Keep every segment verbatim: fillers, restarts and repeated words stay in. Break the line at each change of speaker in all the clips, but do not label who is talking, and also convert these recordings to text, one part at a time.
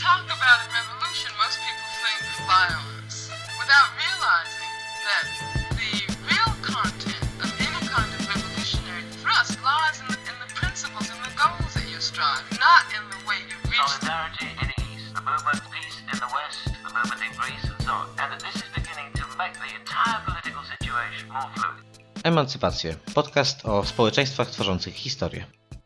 talk about a revolution, most people think violence, without realizing that the real content of any kind of revolutionary thrust lies in the, in the principles and the goals that you strive, not in the way you reach them.
Solidarity in the East, the movement peace in the West, the movement in Greece and so on, and that this is beginning to make the entire political situation more fluid.
Emancypacje. Podcast o społeczeństwach tworzących historię.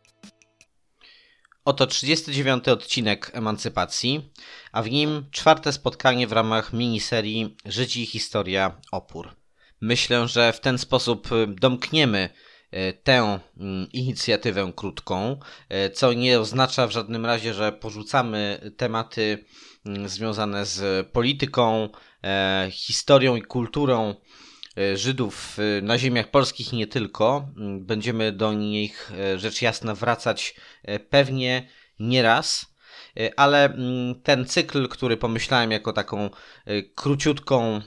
Oto trzydziesty dziewiąty odcinek Emancypacji, a w nim czwarte spotkanie w ramach miniserii Żydzi, Historia, Opór. Myślę, że w ten sposób domkniemy tę inicjatywę krótką, co nie oznacza w żadnym razie, że porzucamy tematy związane z polityką, historią i kulturą Żydów na ziemiach polskich i nie tylko. Będziemy do nich rzecz jasna wracać pewnie nieraz, ale ten cykl, który pomyślałem jako taką króciutką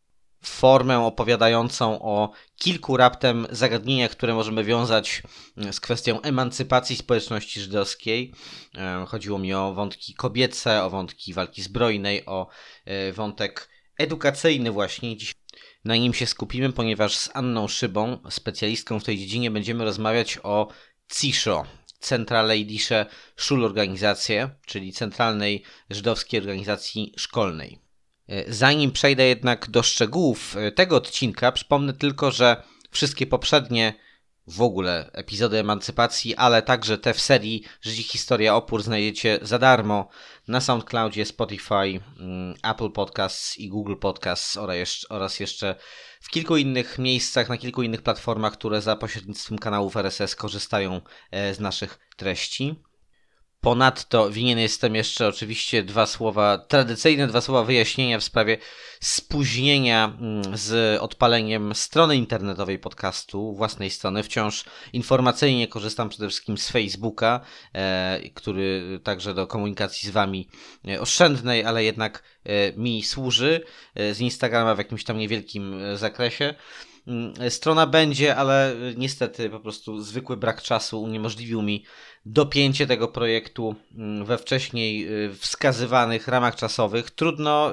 formę opowiadającą o kilku raptem zagadnieniach, które możemy wiązać z kwestią emancypacji społeczności żydowskiej. Chodziło mi o wątki kobiece, o wątki walki zbrojnej, o wątek edukacyjny właśnie. Dziś na nim się skupimy, ponieważ z Anną Szybą, specjalistką w tej dziedzinie, będziemy rozmawiać o C I S H O, Zentrale Schulorganisation, czyli Centralnej Żydowskiej Organizacji Szkolnej. Zanim przejdę jednak do szczegółów tego odcinka, przypomnę tylko, że wszystkie poprzednie w ogóle epizody emancypacji, ale także te w serii Żydzi, Historia, Opór znajdziecie za darmo na SoundCloudzie, Spotify, Apple Podcasts i Google Podcasts oraz jeszcze w kilku innych miejscach, na kilku innych platformach, które za pośrednictwem kanałów R S S korzystają z naszych treści. Ponadto winien jestem jeszcze oczywiście dwa słowa, tradycyjne dwa słowa wyjaśnienia w sprawie spóźnienia z odpaleniem strony internetowej podcastu, własnej strony. Wciąż informacyjnie korzystam przede wszystkim z Facebooka, e, który także do komunikacji z wami oszczędnej, ale jednak e, mi służy, e, z Instagrama w jakimś tam niewielkim zakresie. Strona będzie, ale niestety po prostu zwykły brak czasu uniemożliwił mi dopięcie tego projektu we wcześniej wskazywanych ramach czasowych. Trudno,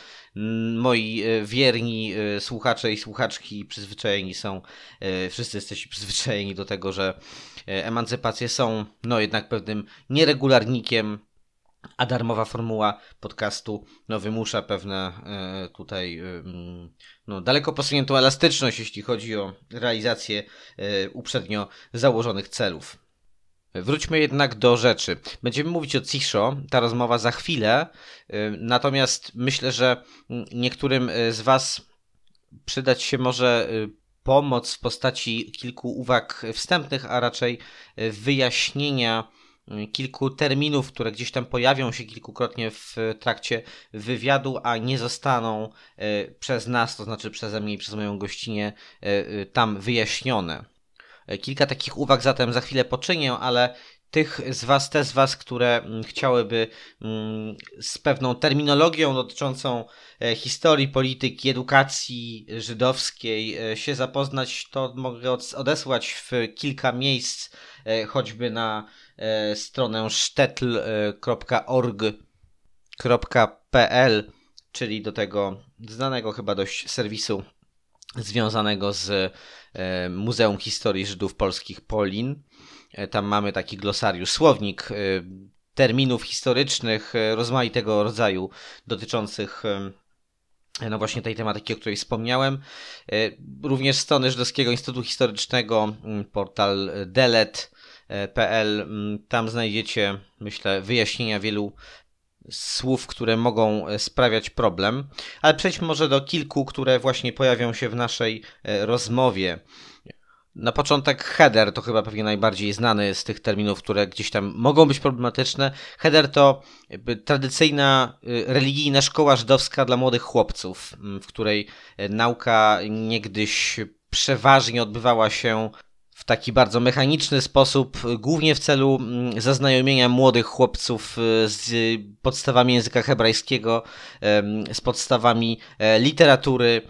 moi wierni słuchacze i słuchaczki przyzwyczajeni są, wszyscy jesteście przyzwyczajeni do tego, że emancypacje są no jednak pewnym nieregularnikiem, a darmowa formuła podcastu no, wymusza pewne e, tutaj e, no, daleko posuniętą elastyczność, jeśli chodzi o realizację e, uprzednio założonych celów. Wróćmy jednak do rzeczy. Będziemy mówić o C I S H O, ta rozmowa za chwilę, e, natomiast myślę, że niektórym z was przydać się może pomoc w postaci kilku uwag wstępnych, a raczej wyjaśnienia kilku terminów, które gdzieś tam pojawią się kilkukrotnie w trakcie wywiadu, a nie zostaną e, przez nas, to znaczy przeze mnie i przez moją gościnię e, tam wyjaśnione. E, kilka takich uwag zatem za chwilę poczynię, ale tych z was, te z was, które chciałyby mm, z pewną terminologią dotyczącą e, historii, polityki, edukacji żydowskiej e, się zapoznać, to mogę od, odesłać w kilka miejsc, e, choćby na e, stronę sztetl kropka org kropka p l, czyli do tego znanego chyba dość serwisu związanego z e, Muzeum Historii Żydów Polskich Polin. Tam mamy taki glosariusz, słownik terminów historycznych rozmaitego rodzaju dotyczących no właśnie tej tematyki, o której wspomniałem. Również strony Żydowskiego Instytutu Historycznego, portal delet kropka p l. Tam znajdziecie, myślę, wyjaśnienia wielu słów, które mogą sprawiać problem. Ale przejdźmy może do kilku, które właśnie pojawią się w naszej rozmowie. Na początek header to chyba pewnie najbardziej znany z tych terminów, które gdzieś tam mogą być problematyczne. Header to jakby tradycyjna religijna szkoła żydowska dla młodych chłopców, w której nauka niegdyś przeważnie odbywała się w taki bardzo mechaniczny sposób, głównie w celu zaznajomienia młodych chłopców z podstawami języka hebrajskiego, z podstawami literatury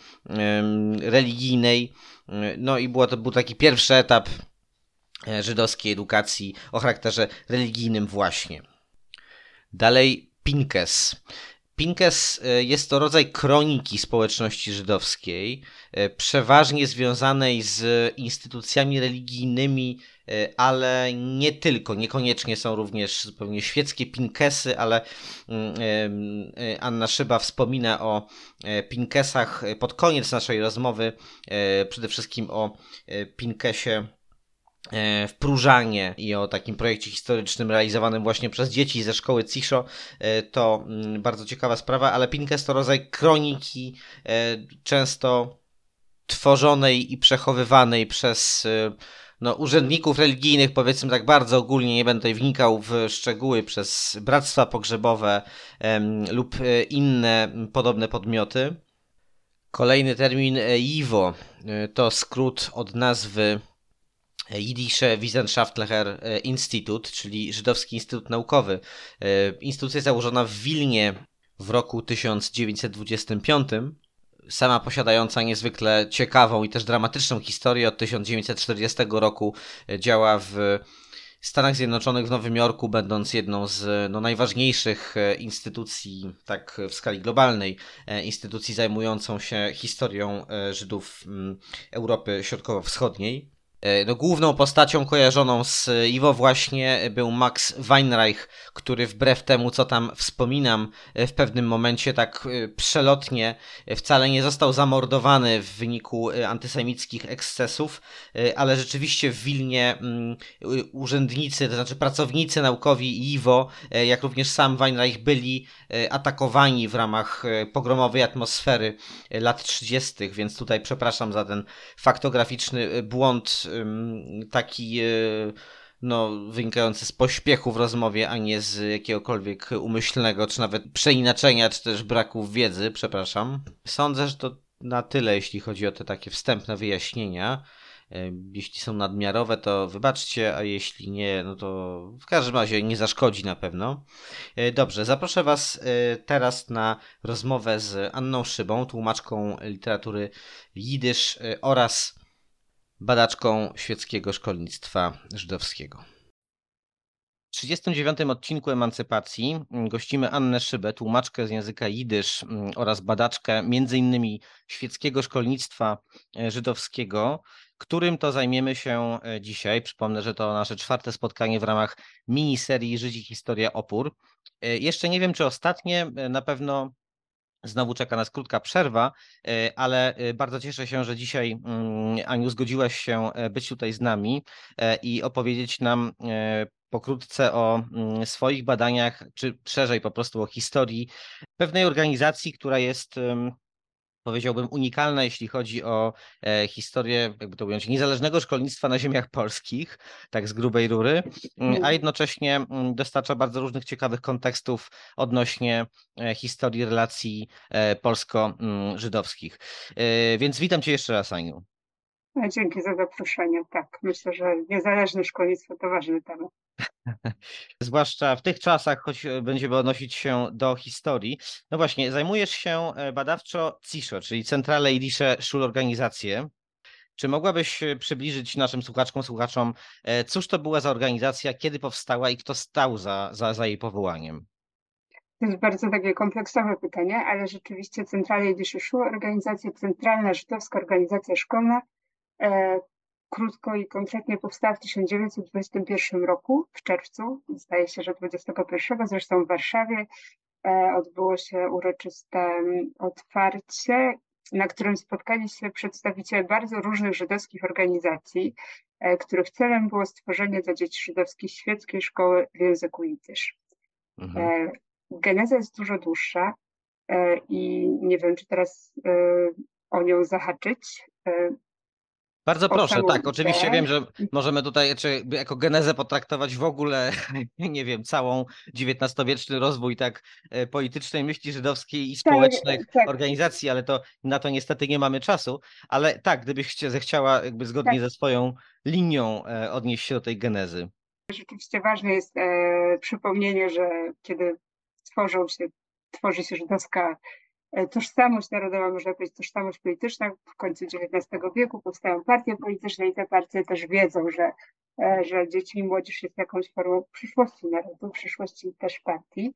religijnej. No i było to był taki pierwszy etap żydowskiej edukacji o charakterze religijnym właśnie. Dalej Pinkes. Pinkes jest to rodzaj kroniki społeczności żydowskiej, przeważnie związanej z instytucjami religijnymi, ale nie tylko, niekoniecznie są również zupełnie świeckie pinkesy, ale Anna Szyba wspomina o pinkesach pod koniec naszej rozmowy, przede wszystkim o pinkesie w Próżanie i o takim projekcie historycznym realizowanym właśnie przez dzieci ze szkoły Ciszo. To bardzo ciekawa sprawa, ale Pinkes to rodzaj kroniki, często tworzonej i przechowywanej przez no, urzędników religijnych, powiedzmy tak bardzo ogólnie, nie będę tutaj wnikał w szczegóły, przez bractwa pogrzebowe lub inne podobne podmioty. Kolejny termin Jiwo to skrót od nazwy Jiddische Wissenschaftlicher Institut, czyli Żydowski Instytut Naukowy. Instytucja założona w Wilnie w roku tysiąc dziewięćset dwudziestym piątym, sama posiadająca niezwykle ciekawą i też dramatyczną historię. Od tysiąc dziewięćset czterdziestego roku działa w Stanach Zjednoczonych, w Nowym Jorku, będąc jedną z no, najważniejszych instytucji, tak w skali globalnej, instytucji zajmującą się historią Żydów Europy Środkowo-Wschodniej. No, główną postacią kojarzoną z Iwo właśnie był Max Weinreich, który wbrew temu, co tam wspominam w pewnym momencie tak przelotnie, wcale nie został zamordowany w wyniku antysemickich ekscesów, ale rzeczywiście w Wilnie urzędnicy, to znaczy pracownicy naukowi Iwo, jak również sam Weinreich, byli atakowani w ramach pogromowej atmosfery lat trzydziestych, więc tutaj przepraszam za ten faktograficzny błąd, taki no, wynikający z pośpiechu w rozmowie, a nie z jakiegokolwiek umyślnego, czy nawet przeinaczenia, czy też braku wiedzy, przepraszam. Sądzę, że to na tyle, jeśli chodzi o te takie wstępne wyjaśnienia. Jeśli są nadmiarowe, to wybaczcie, a jeśli nie, no to w każdym razie nie zaszkodzi na pewno. Dobrze, zaproszę Was teraz na rozmowę z Anną Szybą, tłumaczką literatury jidysz oraz badaczką świeckiego szkolnictwa żydowskiego. W trzydziestym dziewiątym odcinku Emancypacji gościmy Annę Szybę, tłumaczkę z języka jidysz oraz badaczkę między innymi świeckiego szkolnictwa żydowskiego, którym to zajmiemy się dzisiaj. Przypomnę, że to nasze czwarte spotkanie w ramach miniserii Żydzi, Historia, Opór. Jeszcze nie wiem, czy ostatnie, na pewno znowu czeka nas krótka przerwa, ale bardzo cieszę się, że dzisiaj, Aniu, zgodziłaś się być tutaj z nami i opowiedzieć nam pokrótce o swoich badaniach, czy szerzej po prostu o historii pewnej organizacji, która jest, powiedziałbym, unikalna, jeśli chodzi o e, historię, jakby to ująć, niezależnego szkolnictwa na ziemiach polskich, tak z grubej rury, a jednocześnie dostarcza bardzo różnych ciekawych kontekstów odnośnie e, historii relacji e, polsko-żydowskich. E, więc witam Cię jeszcze raz, Aniu.
Dzięki za zaproszenie. Tak, myślę, że niezależne szkolnictwo to ważny temat.
Zwłaszcza w tych czasach, choć będziemy odnosić się do historii. No właśnie, zajmujesz się badawczo Ciszo, czyli Zentrale Jüdische Schulorganisation. Czy mogłabyś przybliżyć naszym słuchaczkom, słuchaczom, cóż to była za organizacja, kiedy powstała i kto stał za, za, za jej powołaniem?
To jest bardzo takie kompleksowe pytanie, ale rzeczywiście Zentrale Jüdische Schulorganisation, Centralna Żydowska Organizacja Szkolna, e, krótko i konkretnie powstała w tysiąc dziewięćset dwudziestym pierwszym roku, w czerwcu, zdaje się, że dwudziestego pierwszego, zresztą w Warszawie e, odbyło się uroczyste otwarcie, na którym spotkali się przedstawiciele bardzo różnych żydowskich organizacji, e, których celem było stworzenie dla dzieci żydowskich świeckiej szkoły w języku jidysz. Mhm. E, geneza jest dużo dłuższa e, i nie wiem, czy teraz e, o nią zahaczyć. E,
Bardzo proszę, tak, oczywiście wiem, że możemy tutaj czy jako genezę potraktować w ogóle, nie wiem, całą dziewiętnastowieczny rozwój tak politycznej myśli żydowskiej i społecznych tak, tak. organizacji, ale to na to niestety nie mamy czasu, ale tak, gdybyś zechciała jakby zgodnie tak. ze swoją linią odnieść się do tej genezy.
Rzeczywiście ważne jest e, przypomnienie, że kiedy tworzą się, tworzy się żydowska tożsamość narodowa, można powiedzieć tożsamość polityczna, w końcu dziewiętnastego wieku powstają partie polityczne i te partie też wiedzą, że, że dzieci i młodzież jest jakąś formą przyszłości narodu, przyszłości też partii.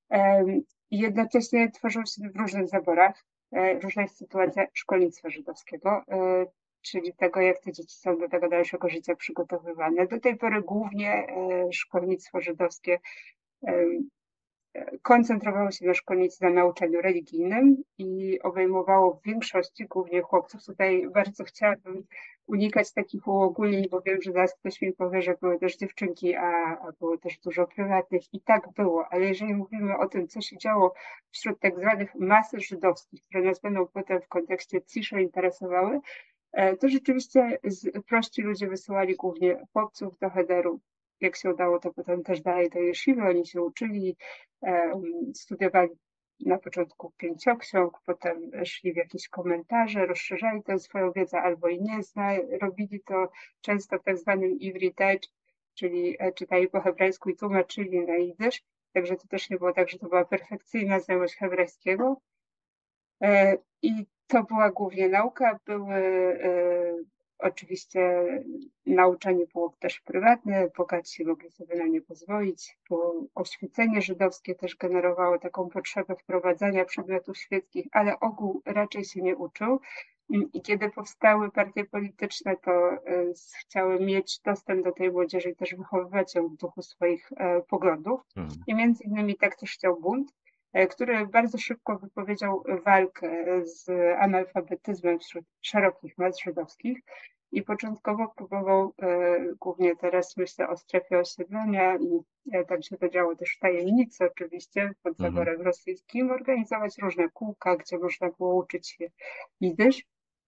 I jednocześnie tworzył się w różnych zaborach, w różnych sytuacjach szkolnictwa żydowskiego, czyli tego, jak te dzieci są do tego dalszego życia przygotowywane. Do tej pory głównie szkolnictwo żydowskie koncentrowało się na szkolnictwie, na nauczaniu religijnym i obejmowało w większości głównie chłopców. Tutaj bardzo chciałabym unikać takich uogólnień, bo wiem, że zaraz ktoś mi powie, że były też dziewczynki, a, a było też dużo prywatnych i tak było, ale jeżeli mówimy o tym, co się działo wśród tak zwanych mas żydowskich, które nas będą potem w kontekście ciszy interesowały, to rzeczywiście prości ludzie wysyłali głównie chłopców do cheder. Jak się udało, to potem też dalej do jeszywy, oni się uczyli, studiowali na początku pięcioksiąg, potem szli w jakieś komentarze, rozszerzali tę swoją wiedzę albo i nie zna, robili to często w tak zwanym ivritecz, czyli czytali po hebrajsku i tłumaczyli na jidysz, także to też nie było tak, że to była perfekcyjna znajomość hebrajskiego. I to była głównie nauka, były oczywiście nauczanie było też prywatne, bogatsi mogli sobie na nie pozwolić, bo oświecenie żydowskie też generowało taką potrzebę wprowadzania przedmiotów świeckich, ale ogół raczej się nie uczył. I kiedy powstały partie polityczne, to chciały mieć dostęp do tej młodzieży i też wychowywać ją w duchu swoich poglądów. Mhm. I między innymi tak też chciał bunt, który bardzo szybko wypowiedział walkę z analfabetyzmem wśród szerokich mas żydowskich i początkowo próbował, głównie teraz myślę o strefie osiedlenia i tam się to działo też w tajemnicy oczywiście, pod zaborem mhm. rosyjskim, organizować różne kółka, gdzie można było uczyć się jidysz,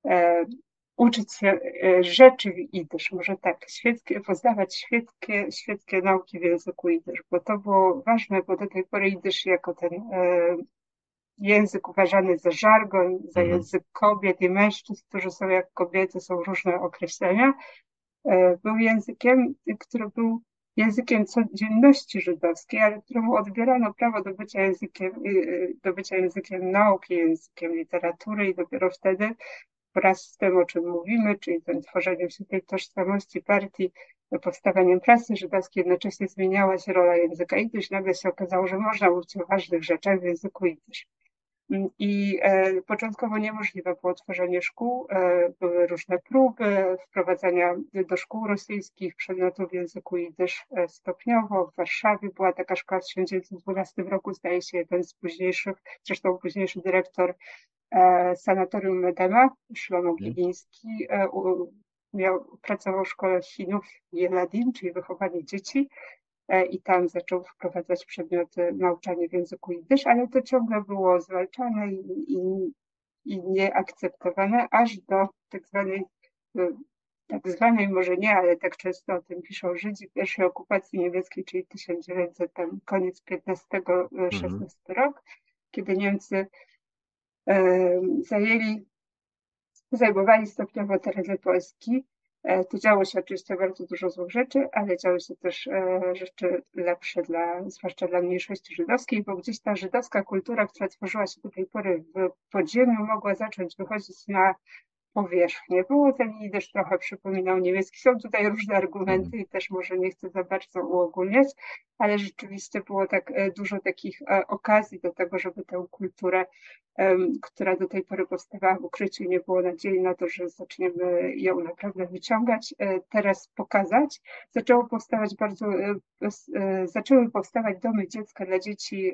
uczyć się rzeczy w jidysz, może tak, świeckie, poznawać świeckie, świeckie nauki w języku jidysz, bo to było ważne, bo do tej pory jidysz jako ten e, język uważany za żargon, za mhm. język kobiet i mężczyzn, którzy są jak kobiety, są różne określenia, e, był językiem, który był językiem codzienności żydowskiej, ale któremu odbierano prawo do bycia językiem, do bycia językiem nauki, językiem literatury i dopiero wtedy wraz z tym, o czym mówimy, czyli tym tworzeniem się tej tożsamości partii, powstawaniem prasy żydowskiej, jednocześnie zmieniała się rola języka jidysz. Nagle się okazało, że można mówić o ważnych rzeczach w języku jidysz. I e, początkowo niemożliwe było tworzenie szkół, e, były różne próby wprowadzania do szkół rosyjskich przedmiotów w języku jidysz e, stopniowo. W Warszawie była taka szkoła w tysiąc dziewięćset dwunastym roku, zdaje się jeden z późniejszych, zresztą późniejszy dyrektor e, sanatorium Medema, Szlomo Gliwiński, e, u, miał, pracował w szkole Chinów Jeladim, czyli wychowanie dzieci. I tam zaczął wprowadzać przedmioty nauczania w języku jidysz, ale to ciągle było zwalczane i, i, i nieakceptowane, aż do tak zwanej, tak zwanej może nie, ale tak często o tym piszą Żydzi, pierwszej okupacji niemieckiej, czyli tysiąc dziewięćset, tam koniec piętnastego, szesnastego mhm. rok, kiedy Niemcy e, zajęli, zajmowali stopniowo tereny Polski. To działo się oczywiście bardzo dużo złych rzeczy, ale działy się też rzeczy lepsze, dla, zwłaszcza dla mniejszości żydowskiej, bo gdzieś ta żydowska kultura, która tworzyła się do tej pory w podziemiu, mogła zacząć wychodzić na powierzchnię. Było ten jidysz trochę przypominał niemiecki. Są tutaj różne argumenty i też może nie chcę za bardzo uogólniać, ale rzeczywiście było tak dużo takich okazji do tego, żeby tę kulturę, która do tej pory powstawała w ukryciu, nie było nadziei na to, że zaczniemy ją naprawdę wyciągać, teraz pokazać. Zaczęło powstawać bardzo, zaczęły powstawać domy dziecka dla dzieci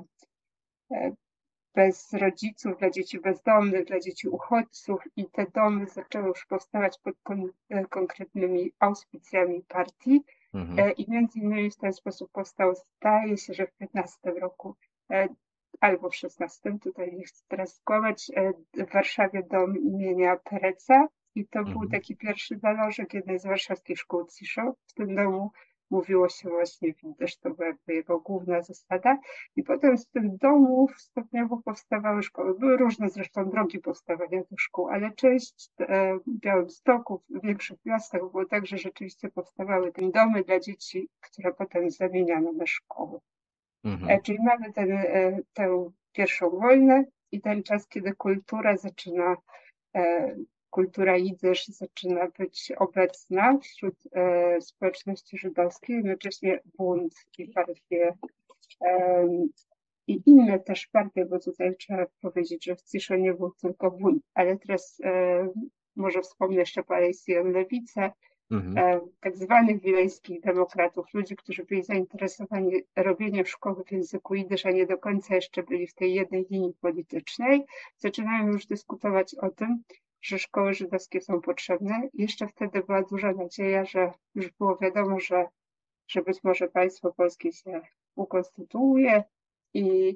bez rodziców, dla dzieci bezdomnych, dla dzieci uchodźców i te domy zaczęły już powstawać pod kon, konkretnymi auspicjami partii mhm. i między innymi w ten sposób powstał, zdaje się, że w piętnastym roku albo w szesnastym, tutaj nie chcę teraz skłamać, w Warszawie dom imienia Pereca i to mhm. był taki pierwszy zalożek jednej z warszawskich szkół Ciszo. W tym domu mówiło się właśnie w jidysz, to była jakby jego główna zasada. I potem z tych domów stopniowo powstawały szkoły. Były różne zresztą drogi powstawania tych szkół, ale część e, w Białymstoku, w większych miastach było tak, że rzeczywiście powstawały te domy dla dzieci, które potem zamieniano na szkoły. Mhm. E, czyli mamy ten, e, tę pierwszą wojnę i ten czas, kiedy kultura zaczyna e, kultura jidysz zaczyna być obecna wśród e, społeczności żydowskiej, jednocześnie bunt i partie e, i inne też partie, bo tutaj trzeba powiedzieć, że w Ciszo nie był tylko bunt, ale teraz e, może wspomnę jeszcze Palestię Lewicę,
Mhm.
e, tak zwanych wileńskich demokratów, ludzi, którzy byli zainteresowani robieniem szkoły w języku jidysz, a nie do końca jeszcze byli w tej jednej linii politycznej, zaczynają już dyskutować o tym, że szkoły żydowskie są potrzebne. Jeszcze wtedy była duża nadzieja, że już było wiadomo, że, że być może państwo polskie się ukonstytuuje i,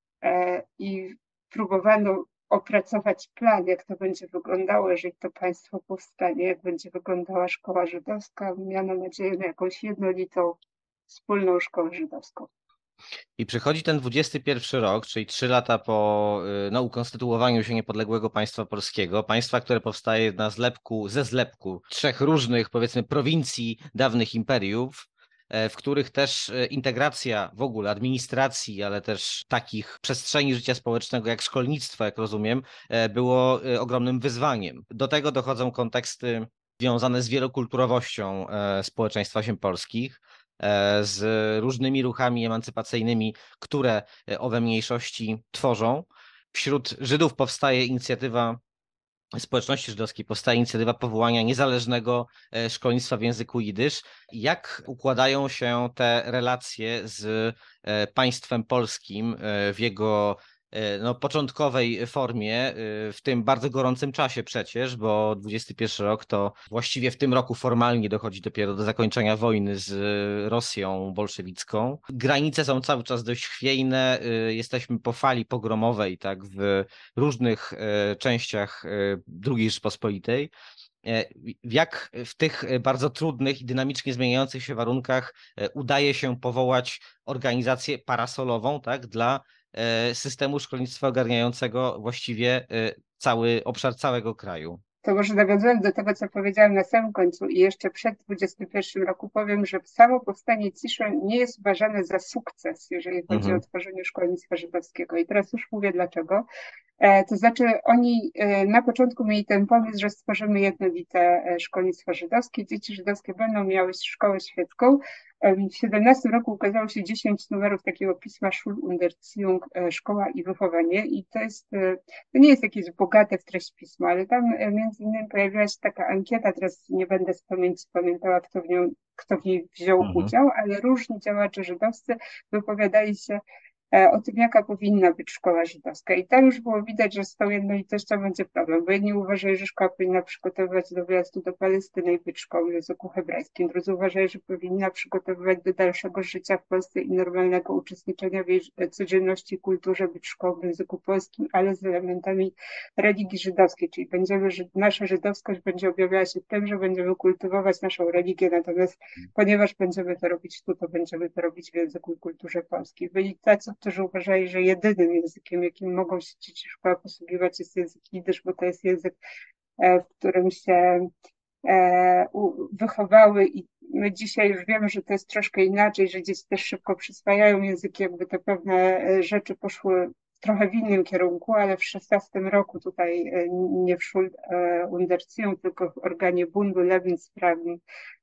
e, i próbowano opracować plan, jak to będzie wyglądało, jeżeli to państwo powstanie, jak będzie wyglądała szkoła żydowska. Miano nadzieję na jakąś jednolitą, wspólną szkołę żydowską.
I przychodzi ten dwudziesty pierwszy rok, czyli trzy lata po y, no, ukonstytuowaniu się niepodległego państwa polskiego, państwa, które powstaje na zlepku, ze zlepku trzech różnych, powiedzmy, prowincji dawnych imperiów, e, w których też e, integracja w ogóle administracji, ale też takich przestrzeni życia społecznego jak szkolnictwo, jak rozumiem, e, było e, ogromnym wyzwaniem. Do tego dochodzą konteksty związane z wielokulturowością e, społeczeństwa ziem polskich, e, z różnymi ruchami emancypacyjnymi, które e, owe mniejszości tworzą. Wśród Żydów powstaje inicjatywa społeczności żydowskiej, powstaje inicjatywa powołania niezależnego e, szkolnictwa w języku jidysz. Jak układają się te relacje z e, państwem polskim e, w jego e, no, początkowej formie, e, w tym bardzo gorącym czasie przecież, bo dwudziesty pierwszy rok to właściwie w tym roku formalnie dochodzi dopiero do zakończenia wojny z Rosją bolszewicką. Granice są cały czas dość chwiejne, e, jesteśmy po fali pogromowej, tak, w różnych e, częściach e, drugiej Rzeczpospolitej. E, Jak w tych bardzo trudnych i dynamicznie zmieniających się warunkach e, udaje się powołać organizację parasolową, tak, dla e, systemu szkolnictwa ogarniającego właściwie e, cały obszar całego kraju?
To może nawiązując do tego, co powiedziałam na samym końcu i jeszcze przed dwudziestym pierwszym roku powiem, że samo powstanie Ciszo nie jest uważane za sukces, jeżeli chodzi
Mhm.
o tworzenie szkolnictwa żydowskiego. I teraz już mówię dlaczego. E, To znaczy oni e, na początku mieli ten pomysł, że stworzymy jednolite e, szkolnictwo żydowskie. Dzieci żydowskie będą miały szkołę świecką. E, W siedemnastym roku ukazało się dziesięć numerów takiego pisma Schul und Erziehung, e, Szkoła i Wychowanie. I to jest, e, to nie jest jakieś bogate w treść pisma, ale tam e, między innymi pojawiła się taka ankieta, teraz nie będę z pamięci pamiętała, kto w nią, kto w niej wziął
Mhm.
udział, ale różni działacze żydowscy wypowiadali się e, o tym, jaka powinna być szkoła żydowska. I tam już było widać, że z tą jednolitością będzie problem, bo jedni uważają, że szkoła powinna przygotowywać do wyjazdu do Palestyny i być szkołą w języku hebrajskim, drudzy uważają, że powinna przygotowywać do dalszego życia w Polsce i normalnego uczestniczenia w jej codzienności i kulturze, być szkołą w języku polskim, ale z elementami religii żydowskiej, czyli będziemy, nasza żydowskość będzie objawiała się tym, że będziemy kultywować naszą religię, natomiast ponieważ będziemy to robić tu, to będziemy to robić w języku i kulturze polskiej. Byli tacy, którzy uważali, że jedynym językiem, jakim mogą się dzieci szkoły posługiwać, jest język jidysz, bo to jest język, w którym się wychowały i my dzisiaj już wiemy, że to jest troszkę inaczej, że dzieci też szybko przyswajają języki, jakby te pewne rzeczy poszły trochę w innym kierunku, ale w szesnastym roku tutaj nie w Schul und Erziehung, tylko w organie Bundu Lebensfragen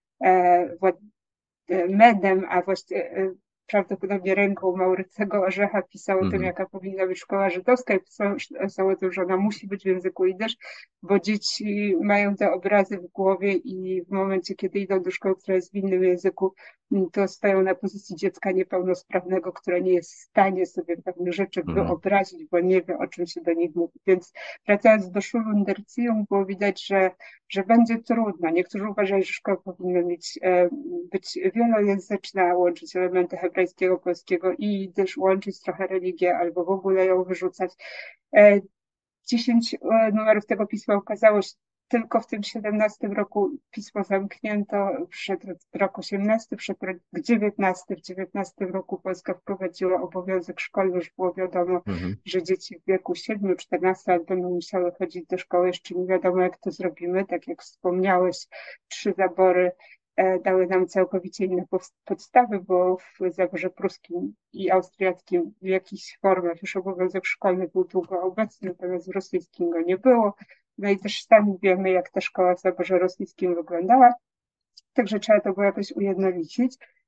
Medem, a właściwie prawdopodobnie ręką Maurycego Orzecha pisał o tym,
Mhm.
jaka powinna być szkoła żydowska i pisał, pisał o tym, że ona musi być w języku jidysz, bo dzieci mają te obrazy w głowie i w momencie, kiedy idą do szkoły, która jest w innym języku, to stoją na pozycji dziecka niepełnosprawnego, które nie jest w stanie sobie pewnych rzeczy
Mhm.
wyobrazić, bo nie wie, o czym się do nich mówi. Więc wracając do Schul und Erziehung, było widać, że, że będzie trudno. Niektórzy uważają, że szkoła powinna mieć, być wielojęzyczna, łączyć elementy hebrajskiego, polskiego i też łączyć trochę religię albo w ogóle ją wyrzucać. Dziesięć numerów tego pisma ukazało się tylko w tym siedemnastym roku. Pismo zamknięto, przed rok osiemnasty, przed rok dziewiętnasty. W dziewiętnastym roku Polska wprowadziła obowiązek szkolny, już było wiadomo,
Mhm.
że dzieci w wieku siedmiu czternastu lat będą musiały chodzić do szkoły, jeszcze nie wiadomo, jak to zrobimy. Tak jak wspomniałeś, trzy zabory dały nam całkowicie inne podstawy, bo w zaborze pruskim i austriackim w jakichś formach już obowiązek szkolny był długo obecny, natomiast w rosyjskim go nie było. No i też sami wiemy, jak ta szkoła w zaborze rosyjskim wyglądała, także trzeba to było jakoś ujednolicić.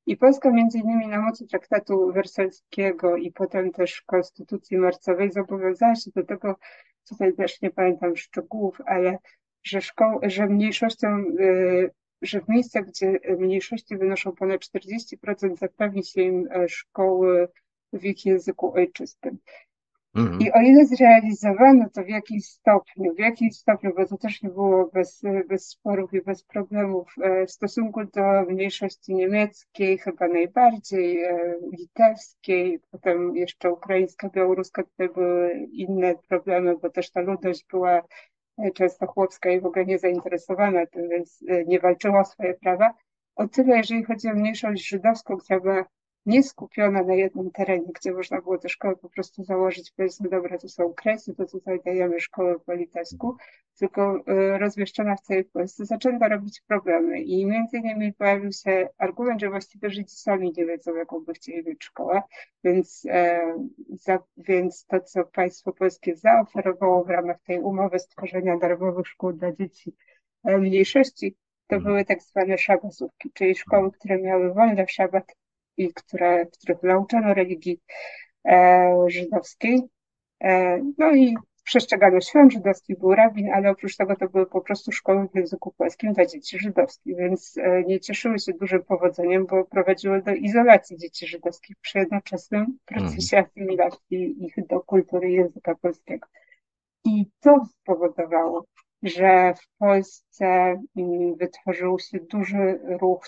I Polska między innymi na mocy traktatu wersalskiego i potem też Konstytucji Marcowej zobowiązała się do tego, tutaj też nie pamiętam szczegółów, ale że, szkoł, że mniejszościom, y, że w miejscach, gdzie mniejszości wynoszą ponad czterdzieści procent, zapewni się im e, szkoły w ich języku ojczystym.
Mhm.
I o ile zrealizowano to w jakimś stopniu, w jakimś stopniu, bo to też nie było bez, bez sporów i bez problemów, e, w stosunku do mniejszości niemieckiej, chyba najbardziej, e, litewskiej, potem jeszcze ukraińska, białoruska, tutaj były inne problemy, bo też ta ludność była e, często chłopska i w ogóle nie zainteresowana tym, więc e, nie walczyła o swoje prawa. O tyle, jeżeli chodzi o mniejszość żydowską, która była nie skupiona na jednym terenie, gdzie można było tę szkołę po prostu założyć, powiedzmy, dobra, to są Kresy, to tutaj dajemy szkołę po litewsku, tylko y, rozmieszczona w całej Polsce, zaczęto robić problemy i między innymi pojawił się argument, że właściwie Żydzi sami nie wiedzą, jaką by chcieli mieć szkołę, więc, e, za, więc to, co państwo polskie zaoferowało w ramach tej umowy stworzenia darmowych szkół dla dzieci e, mniejszości, to
Mhm.
były tak zwane szabasówki, czyli szkoły, które miały wolne w szabat i które, w których nauczono religii e, żydowskiej. E, no i przestrzegano świąt żydowskich, był rabin, ale oprócz tego to były po prostu szkoły w języku polskim dla dzieci żydowskich, więc e, nie cieszyły się dużym powodzeniem, bo prowadziły do izolacji dzieci żydowskich przy jednoczesnym procesie asymilacji ich do kultury i języka polskiego. I to spowodowało, że w Polsce mm, wytworzył się duży ruch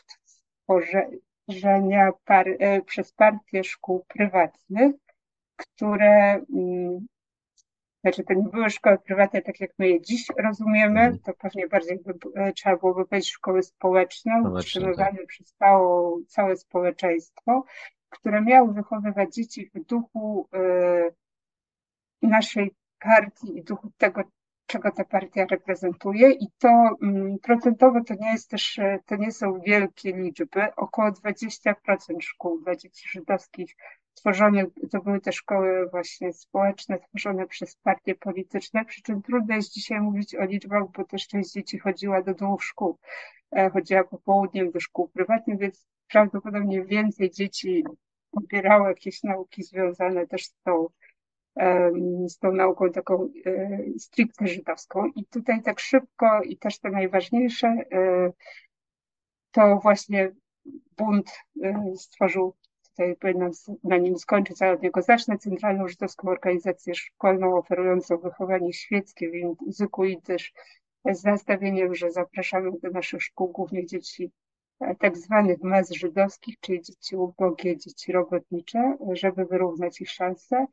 tworzenia par, e, przez partie szkół prywatnych, które, mm, znaczy to nie były szkoły prywatne, tak jak my je dziś rozumiemy,
Mhm.
to pewnie bardziej by, e, trzeba byłoby powiedzieć szkoły społeczne,
Społeczne,
utrzymywane przez całe, całe społeczeństwo, które miały wychowywać dzieci w duchu e, naszej partii i duchu tego, czego ta partia reprezentuje. I to mm, procentowo to nie jest też, e, to nie są wielkie liczby. Około dwadzieścia procent szkół dla dzieci żydowskich tworzonych, to były te szkoły właśnie społeczne, tworzone przez partie polityczne, przy czym trudno jest dzisiaj mówić o liczbach, bo też część dzieci chodziła do dwóch szkół. E, chodziła popołudniem do szkół prywatnych, więc prawdopodobnie więcej dzieci pobierało jakieś nauki związane też z tą z tą nauką taką e, stricte żydowską. I tutaj tak szybko i też to najważniejsze, e, to właśnie bunt e, stworzył, tutaj powinnam na nim skończyć, ale od niego zacznę, Centralną Żydowską Organizację Szkolną oferującą wychowanie świeckie w języku jidysz z nastawieniem, że zapraszamy do naszych szkół głównie dzieci tak zwanych mas żydowskich, czyli dzieci ubogie, dzieci robotnicze, żeby wyrównać ich szanse.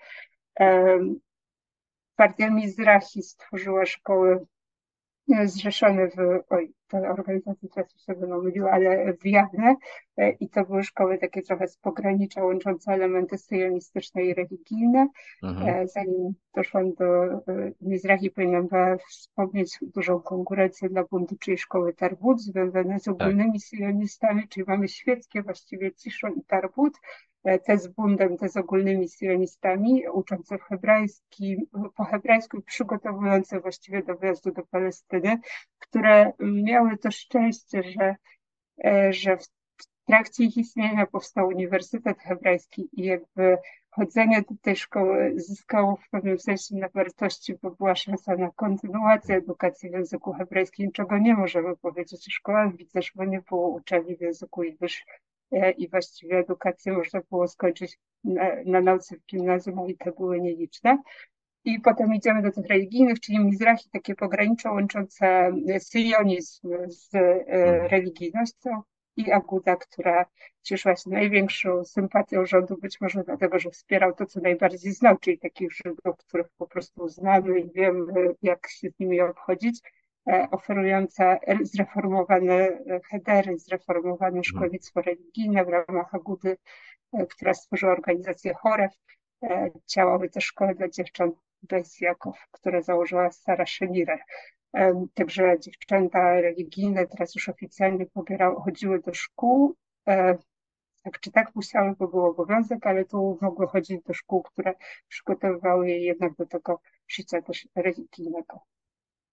Partia Mizrahi stworzyła szkoły zrzeszone w, oj, te organizacje teraz już się będą myliły, ale w Jawne i to były szkoły takie trochę z pogranicza, łączące elementy syjonistyczne i religijne.
Mhm.
Zanim doszłam do Mizrahi, powinnam była wspomnieć dużą konkurencję dla buntu, czyli szkoły Tarbut, związane z ogólnymi syjonistami, czyli mamy świeckie właściwie Ciszon i Tarbut, te z bundem, te z ogólnymi syjonistami, uczące w hebrajskim, po hebrajsku i przygotowujące właściwie do wyjazdu do Palestyny, które miały to szczęście, że, że w trakcie ich istnienia powstał Uniwersytet Hebrajski i jakby chodzenie do tej szkoły zyskało w pewnym sensie na wartości, bo była szansa na kontynuację edukacji w języku hebrajskim, czego nie możemy powiedzieć o szkołach widzesz, bo nie było uczelni w języku jidysz i właściwie edukację można było skończyć na, na nauce w gimnazjum, ale te były nieliczne. I potem idziemy do tych religijnych, czyli Mizrahi, takie pogranicze łączące syjonizm z religijnością, i Aguda, która cieszyła się największą sympatią rządu, być może dlatego, że wspierał to, co najbardziej znał, czyli takich Żydów, których po prostu znamy i wiemy, jak się z nimi obchodzić, oferująca zreformowane hedery, zreformowane szkolnictwo religijne w ramach Agudy, która stworzyła organizację Choref. Działały też szkoły dla dziewcząt Beis Jakow, które założyła Sara Szenirer. Także dziewczęta religijne teraz już oficjalnie pobierały, chodziły do szkół. Tak czy tak musiały, bo był obowiązek, ale tu mogły chodzić do szkół, które przygotowywały je jednak do tego życia też religijnego.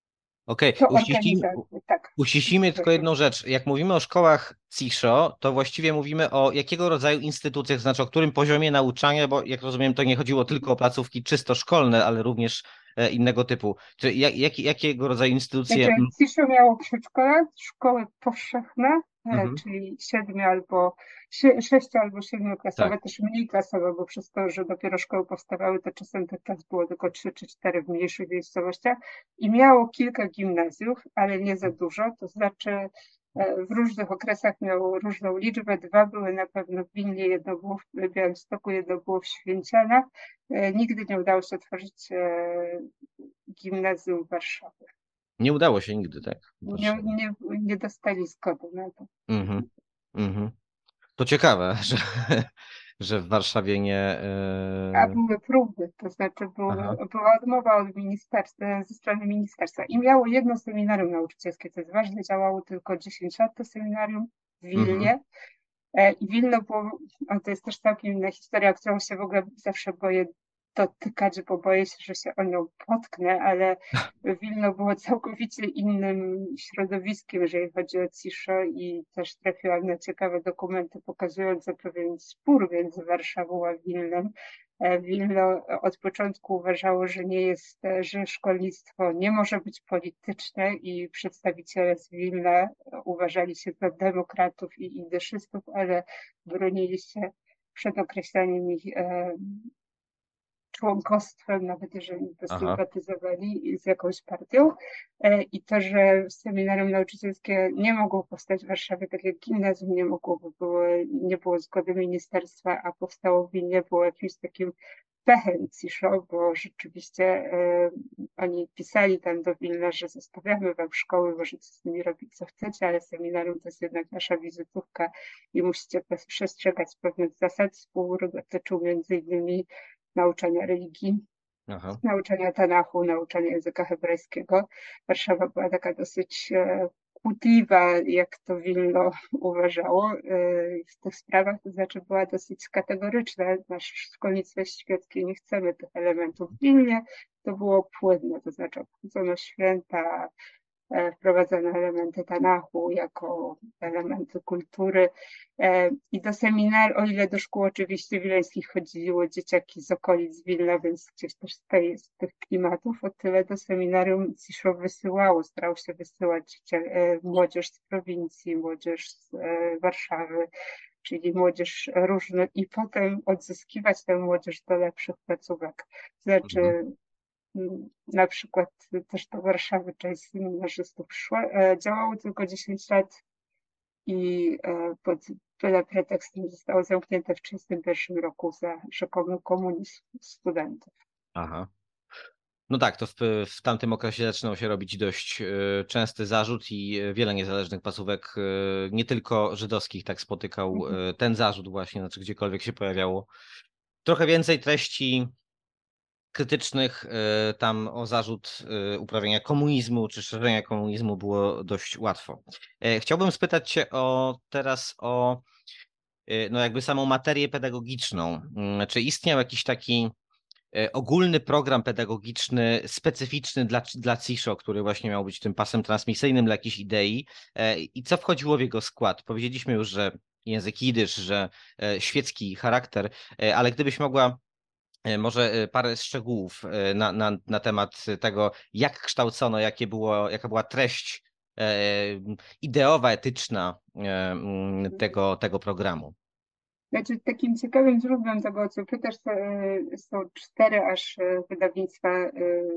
Okej,
To
uściślimy,
organizacja, tak.
uściślimy tylko
Proszę.
jedną rzecz. Jak mówimy o szkołach CISZO, to właściwie mówimy o jakiego rodzaju instytucjach, znaczy o którym poziomie nauczania, bo jak rozumiem, to nie chodziło tylko o placówki czysto szkolne, ale również e, innego typu. Czy jak, jak, jakiego rodzaju instytucje?
Znaczy,
Mm,
CISZO miało przedszkola, szkoły powszechne, e,
mhm,
czyli siedmiu albo sie- sześciu albo siedmioklasowe,
tak.
też mniej klasowe, bo przez to, że dopiero szkoły powstawały, to czasem tych klas było tylko trzy czy cztery w mniejszych miejscowościach i miało kilka gimnazjów, ale nie za dużo, to znaczy e, w różnych okresach miało różną liczbę. Dwa były na pewno w Wilnie, jedno było w Białymstoku, jedno było w Święcianach. E, Nigdy nie udało się otworzyć e, gimnazjum w Warszawie.
Nie udało się nigdy, tak? w
Nie,
Warszawie.
nie, nie dostali zgody na to.
Mhm, mhm. To ciekawe, że, że w Warszawie nie.
A
e,
były próby, to znaczy były,
Aha.
była odmowa od ministerstwa, ze strony ministerstwa i miało jedno seminarium nauczycielskie, co jest ważne, działało tylko dziesięć lat to seminarium w
Mhm.
Wilnie. E, I Wilno było, a to jest też całkiem inna historia, którą się w ogóle zawsze boję dotykać, bo boję się, że się o nią potknę, ale Wilno było całkowicie innym środowiskiem, jeżeli chodzi o CISZO i też trafiłam na ciekawe dokumenty pokazujące pewien spór między Warszawą a Wilnem. E, Wilno od początku uważało, że nie jest, że szkolnictwo nie może być polityczne i przedstawiciele z Wilna uważali się za demokratów i idyszystów, ale bronili się przed określaniem ich e, członkostwem, nawet jeżeli by
Aha.
sympatyzowali z jakąś partią. E, I to, że seminarium nauczycielskie nie mogło powstać w Warszawie, tak jak gimnazjum nie mogło, bo było, nie było zgody ministerstwa, a powstało w Wilnie, było jakimś takim pechem CISZO, bo rzeczywiście e, oni pisali tam do Wilna, że zostawiamy wam szkoły, możecie z nimi robić co chcecie, ale seminarium to jest jednak nasza wizytówka i musicie przestrzegać pewnych zasad. Spór dotyczył między innymi nauczania religii,
Aha.
nauczania Tanachu, nauczania języka hebrajskiego. Warszawa była taka dosyć e, kłótliwa, jak to Wilno uważało e, w tych sprawach, to znaczy była dosyć kategoryczna. Nasze szkolnictwo jest świeckie, nie chcemy tych elementów. W Wilnie to było płynne, to znaczy obchodzono święta, e, wprowadzono elementy Tanachu jako elementy kultury. E, I do seminarium, o ile do szkół oczywiście wileńskich chodziły dzieciaki z okolic Wilna, więc gdzieś też z, tej, z tych klimatów, o tyle do seminarium CISZO wysyłało, starał się wysyłać dzieciak, e, młodzież z prowincji, młodzież z e, Warszawy, czyli młodzież różna i potem odzyskiwać tę młodzież do lepszych placówek. Znaczy
Mhm.
na przykład też do Warszawy część seminarzystów szła, e, działało tylko dziesięć lat i e, pod byle pretekstem zostało zamknięte w tysiąc dziewięćset trzydziestym pierwszym roku za rzekomy komunizm studentów.
Aha. No tak, to w, w tamtym okresie zaczynał się robić dość e, częsty zarzut i e, wiele niezależnych placówek, e, nie tylko żydowskich, tak spotykał
Mhm.
e, ten zarzut właśnie, znaczy gdziekolwiek się pojawiało. Trochę więcej treści krytycznych e, tam o zarzut e, uprawiania komunizmu czy szerzenia komunizmu było dość łatwo. E, Chciałbym spytać Cię o teraz o e, no jakby samą materię pedagogiczną. Mm, Czy istniał jakiś taki e, ogólny program pedagogiczny specyficzny dla, dla CISZO, który właśnie miał być tym pasem transmisyjnym dla jakiejś idei e, i co wchodziło w jego skład? Powiedzieliśmy już, że język jidysz, że e, świecki charakter, e, ale gdybyś mogła e, może e, parę szczegółów e, na, na, na temat tego, jak kształcono, jakie było, jaka była treść e, ideowa, etyczna e, m, tego, tego programu.
Znaczy, takim ciekawym źródłem tego, o co pytasz, to, e, są cztery aż e, wydawnictwa e,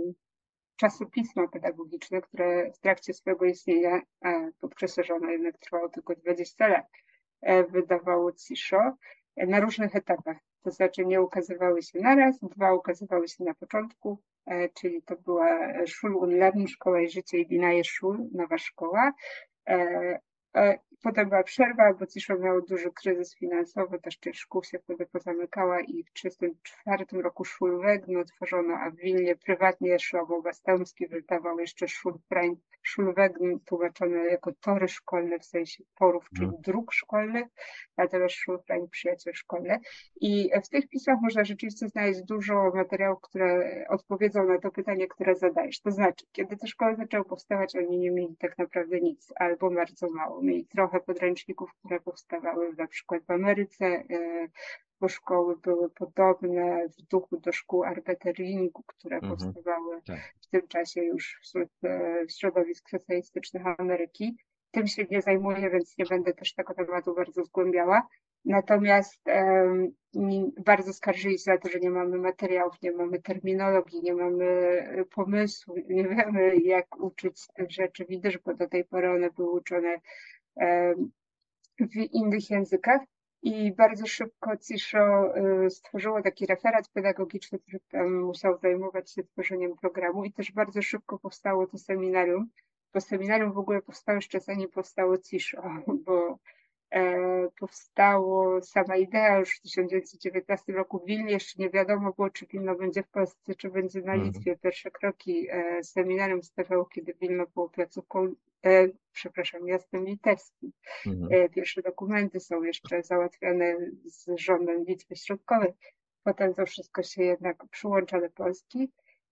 czasopisma pedagogiczne, które w trakcie swojego istnienia, e, podkreślę, że ono jednak trwało tylko dwadzieścia lat, e, wydawało CISZO e, na różnych etapach. To znaczy nie ukazywały się naraz, dwa ukazywały się na początku, e, czyli to była Schul und Leben, Szkoła i Życie i Binaje Schul, nowa szkoła. E, e, potem była przerwa, bo Ciszo miał duży kryzys finansowy, też część szkół się wtedy pozamykała i w tysiąc dziewięćset trzydziestym czwartym roku Schulwegn otworzono, a w Wilnie prywatnie Szławow Bastomski wydawał jeszcze Schulfrein, Schulwegn tłumaczone jako tory szkolne, w sensie porów, czyli
Mhm.
dróg szkolnych, natomiast Schulfrein przyjaciel szkolny. I w tych pismach można rzeczywiście znaleźć dużo materiałów, które odpowiedzą na to pytanie, które zadajesz. To znaczy, kiedy te szkoły zaczęły powstawać, oni nie mieli tak naprawdę nic, albo bardzo mało. Mieli trochę podręczników, które powstawały na przykład w Ameryce, bo szkoły były podobne w duchu do szkół Arbeiteringu, które
Mhm.
powstawały
Tak.
w tym czasie już wśród e, środowisk socjalistycznych Ameryki. Tym się nie zajmuję, więc nie będę też tego tematu bardzo zgłębiała. Natomiast um, bardzo skarżyli się za to, że nie mamy materiałów, nie mamy terminologii, nie mamy pomysłu, nie wiemy, jak uczyć tych rzeczy widysz, bo do tej pory one były uczone um, w innych językach. I bardzo szybko Ciszo stworzyło taki referat pedagogiczny, który tam musiał zajmować się tworzeniem programu i też bardzo szybko powstało to seminarium, bo seminarium w ogóle powstało jeszcze zanim powstało Ciszo, bo e, powstało sama idea już w tysiąc dziewięćset dziewiętnastym roku w Wilnie, jeszcze nie wiadomo było, czy Wilno będzie w Polsce, czy będzie na
Mhm.
Litwie. Pierwsze kroki e, seminarium stawiało, kiedy Wilno było placówką, e, przepraszam, miastem litewskim.
Mhm.
Pierwsze dokumenty są jeszcze załatwiane z rządem Litwy Środkowej. Potem to wszystko się jednak przyłącza do Polski.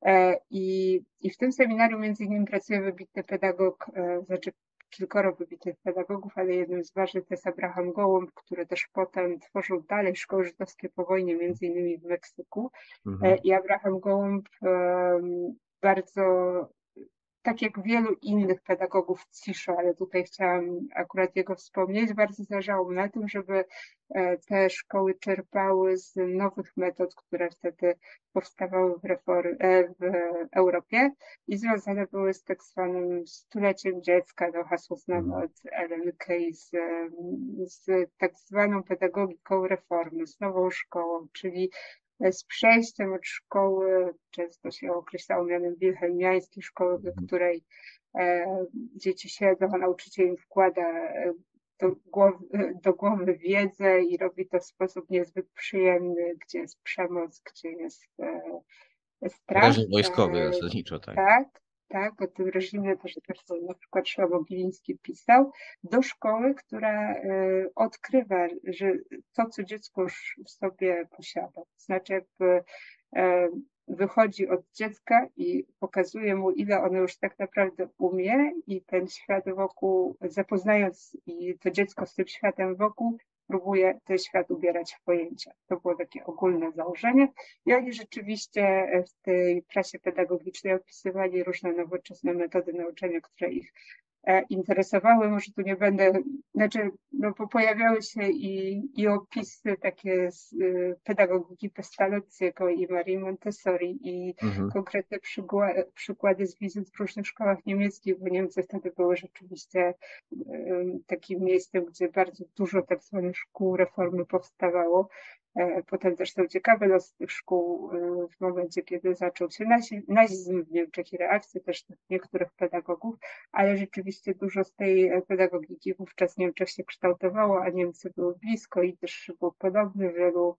I, i w tym seminarium między innymi pracuje wybitny pedagog, znaczy kilkoro wybitnych pedagogów, ale jednym z ważnych to jest Abraham Gołąb, który też potem tworzył dalej szkoły żydowskie po wojnie, między innymi w Meksyku.
Mhm.
I Abraham Gołąb bardzo, tak jak wielu innych pedagogów Ciszo, ale tutaj chciałam akurat jego wspomnieć, bardzo zależało mu na tym, żeby te szkoły czerpały z nowych metod, które wtedy powstawały w, reform, w Europie i związane były z tak zwanym stuleciem dziecka, no hasło znane od Ellen Key, z, z tak zwaną pedagogiką reformy, z nową szkołą, czyli z przejściem od szkoły, często się określało mianem wilhelmiańskiej szkoły, do której e, dzieci siedzą, a nauczyciel im wkłada do głowy, do głowy wiedzę i robi to w sposób niezbyt przyjemny, gdzie jest przemoc, gdzie jest e, strach.
Reżim wojskowy zasadniczo, tak.
Tak, tak, o tym reżimie też, też na przykład Szymon Giliński pisał, do szkoły, która y, odkrywa, że to, co dziecko już w sobie posiada, to znaczy jakby y, wychodzi od dziecka i pokazuje mu, ile ono już tak naprawdę umie i ten świat wokół, zapoznając i to dziecko z tym światem wokół, próbuje ten świat ubierać w pojęcia. To było takie ogólne założenie i oni rzeczywiście w tej prasie pedagogicznej opisywali różne nowoczesne metody nauczania, które ich interesowały. Może tu nie będę, znaczy no, bo pojawiały się i, i opisy takie z y, pedagogiki Pestalozziego i Marii Montessori i
Mhm.
konkretne przykłady, przykłady z wizyt w różnych szkołach niemieckich, bo Niemcy wtedy były rzeczywiście y, takim miejscem, gdzie bardzo dużo tak zwanych szkół reformy powstawało. Potem też są ciekawe losy tych szkół w momencie, kiedy zaczął się nazizm w Niemczech i reakcje też niektórych pedagogów, ale rzeczywiście dużo z tej pedagogiki wówczas w Niemczech się kształtowało, a Niemcy były blisko i też był podobny. Wielu,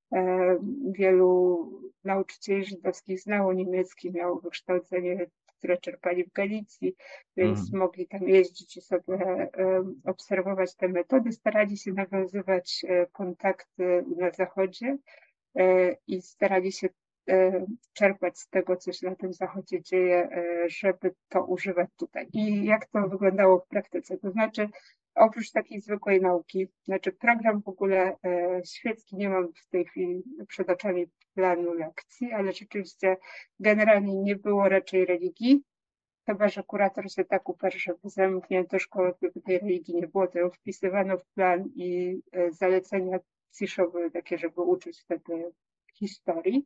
wielu nauczycieli żydowskich znało niemiecki, miało wykształcenie, które czerpali w Galicji, więc
Mhm.
mogli tam jeździć i sobie obserwować te metody, starali się nawiązywać kontakty na zachodzie i starali się czerpać z tego, co się na tym zachodzie dzieje, żeby to używać tutaj. I jak to wyglądało w praktyce? To znaczy, oprócz takiej zwykłej nauki, znaczy program w ogóle świecki, nie mam w tej chwili przed oczami planu lekcji, ale rzeczywiście generalnie nie było raczej religii, chyba że kurator się tak uparł, żeby zamknięto szkołę, gdyby tej religii nie było, to ją wpisywano w plan i zalecenia Ciszo były takie, żeby uczyć wtedy historii.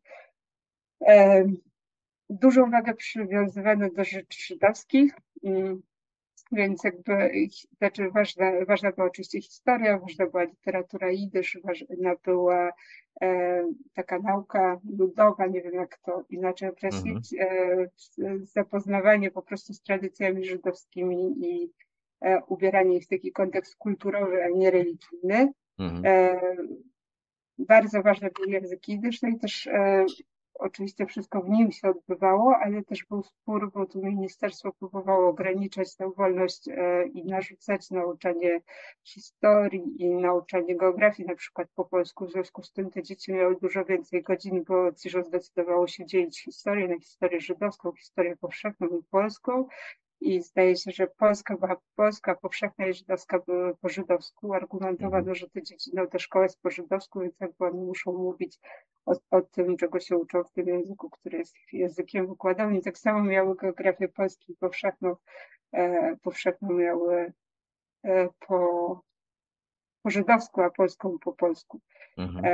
Dużą wagę przywiązywano do rzeczy żydowskich, więc jakby, znaczy ważna, ważna była oczywiście historia, ważna była literatura jidysz, ważna była e, taka nauka ludowa, nie wiem jak to inaczej określić,
Mhm.
e, zapoznawanie po prostu z tradycjami żydowskimi i ubieranie ich w taki kontekst kulturowy, a nie religijny.
Mhm.
Bardzo ważny był język jidysz, no i też oczywiście wszystko w nim się odbywało, ale też był spór, bo tu ministerstwo próbowało ograniczać tę wolność i narzucać nauczanie historii i nauczanie geografii, na przykład po polsku. W związku z tym te dzieci miały dużo więcej godzin, bo CISZO zdecydowało się dzielić historię na historię żydowską, historię powszechną i polską. I zdaje się, że Polska była polska, powszechna i żydowska były po żydowsku. Argumentowano,
Mhm.
że te dzieci idą do szkoły jest po żydowsku, więc jakby one muszą mówić o, o tym, czego się uczą w tym języku, który jest ich językiem wykładowym. I tak samo miały geografię Polski powszechną, e, powszechną miały e, po, po żydowsku, a polską po polsku.
Mhm.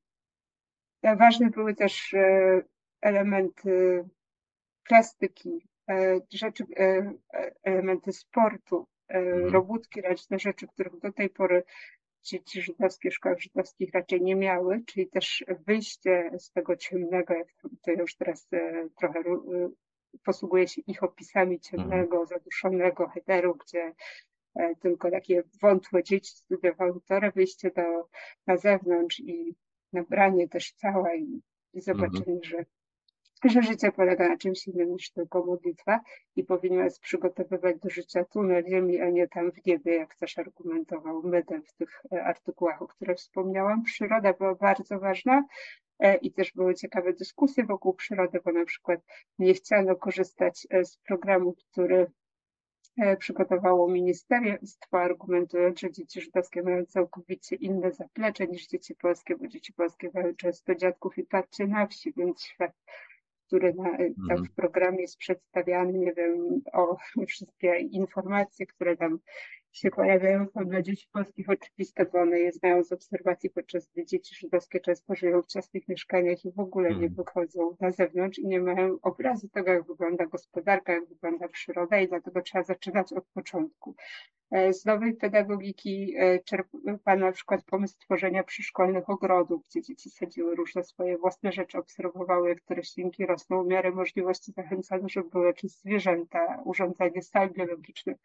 E, ważne były też e, elementy plastyki, rzeczy, elementy sportu,
Mhm.
robótki ręczne, rzeczy, których do tej pory dzieci żydowskie w szkołach żydowskich raczej nie miały, czyli też wyjście z tego ciemnego, jak to już teraz trochę posługuje się ich opisami ciemnego, zaduszonego hetero, gdzie tylko takie wątłe dzieci studiowały Torę, wyjście do, na zewnątrz i nabranie też ciała i, i zobaczenie,
Mhm.
że że życie polega na czymś innym niż tylko modlitwa i powinno nas przygotowywać do życia tu na ziemi, a nie tam w niebie, jak też argumentował Medel w tych artykułach, o których wspomniałam. Przyroda była bardzo ważna i też były ciekawe dyskusje wokół przyrody, bo na przykład nie chciano korzystać z programu, który przygotowało ministerstwo, argumentując, że dzieci żydowskie mają całkowicie inne zaplecze niż dzieci polskie, bo dzieci polskie mają często dziadków i babcie na wsi, więc świat, który na, tam
Mhm.
w programie jest przedstawiany, nie wiem, o wszystkie informacje, które tam się pojawiają, są dla dzieci polskich oczywiste, bo one je znają z obserwacji, podczas gdy dzieci żydowskie często żyją w ciasnych mieszkaniach i w ogóle nie
Mhm.
wychodzą na zewnątrz i nie mają obrazu tego, jak wygląda gospodarka, jak wygląda przyroda i dlatego trzeba zaczynać od początku. Z nowej pedagogiki czerpano na przykład pomysł tworzenia przyszkolnych ogrodów, gdzie dzieci sadziły różne swoje własne rzeczy, obserwowały, jak te roślinki rosną. W miarę możliwości zachęcano, żeby były jakieś zwierzęta, urządzenie sal biologicznych.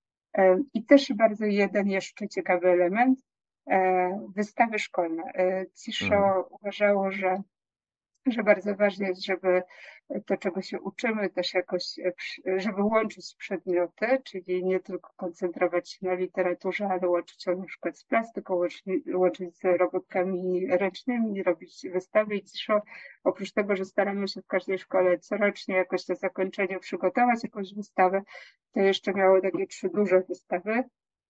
I też bardzo jeden jeszcze ciekawy element, wystawy szkolne. CISZO
Mhm.
uważało, że że bardzo ważne jest, żeby to, czego się uczymy, też jakoś, żeby łączyć przedmioty, czyli nie tylko koncentrować się na literaturze, ale łączyć ją na przykład z plastyką, łączyć, łączyć z robótkami ręcznymi, robić wystawy i CISZO. Oprócz tego, że staramy się w każdej szkole corocznie jakoś na zakończenie przygotować jakąś wystawę, to jeszcze miało takie trzy duże wystawy.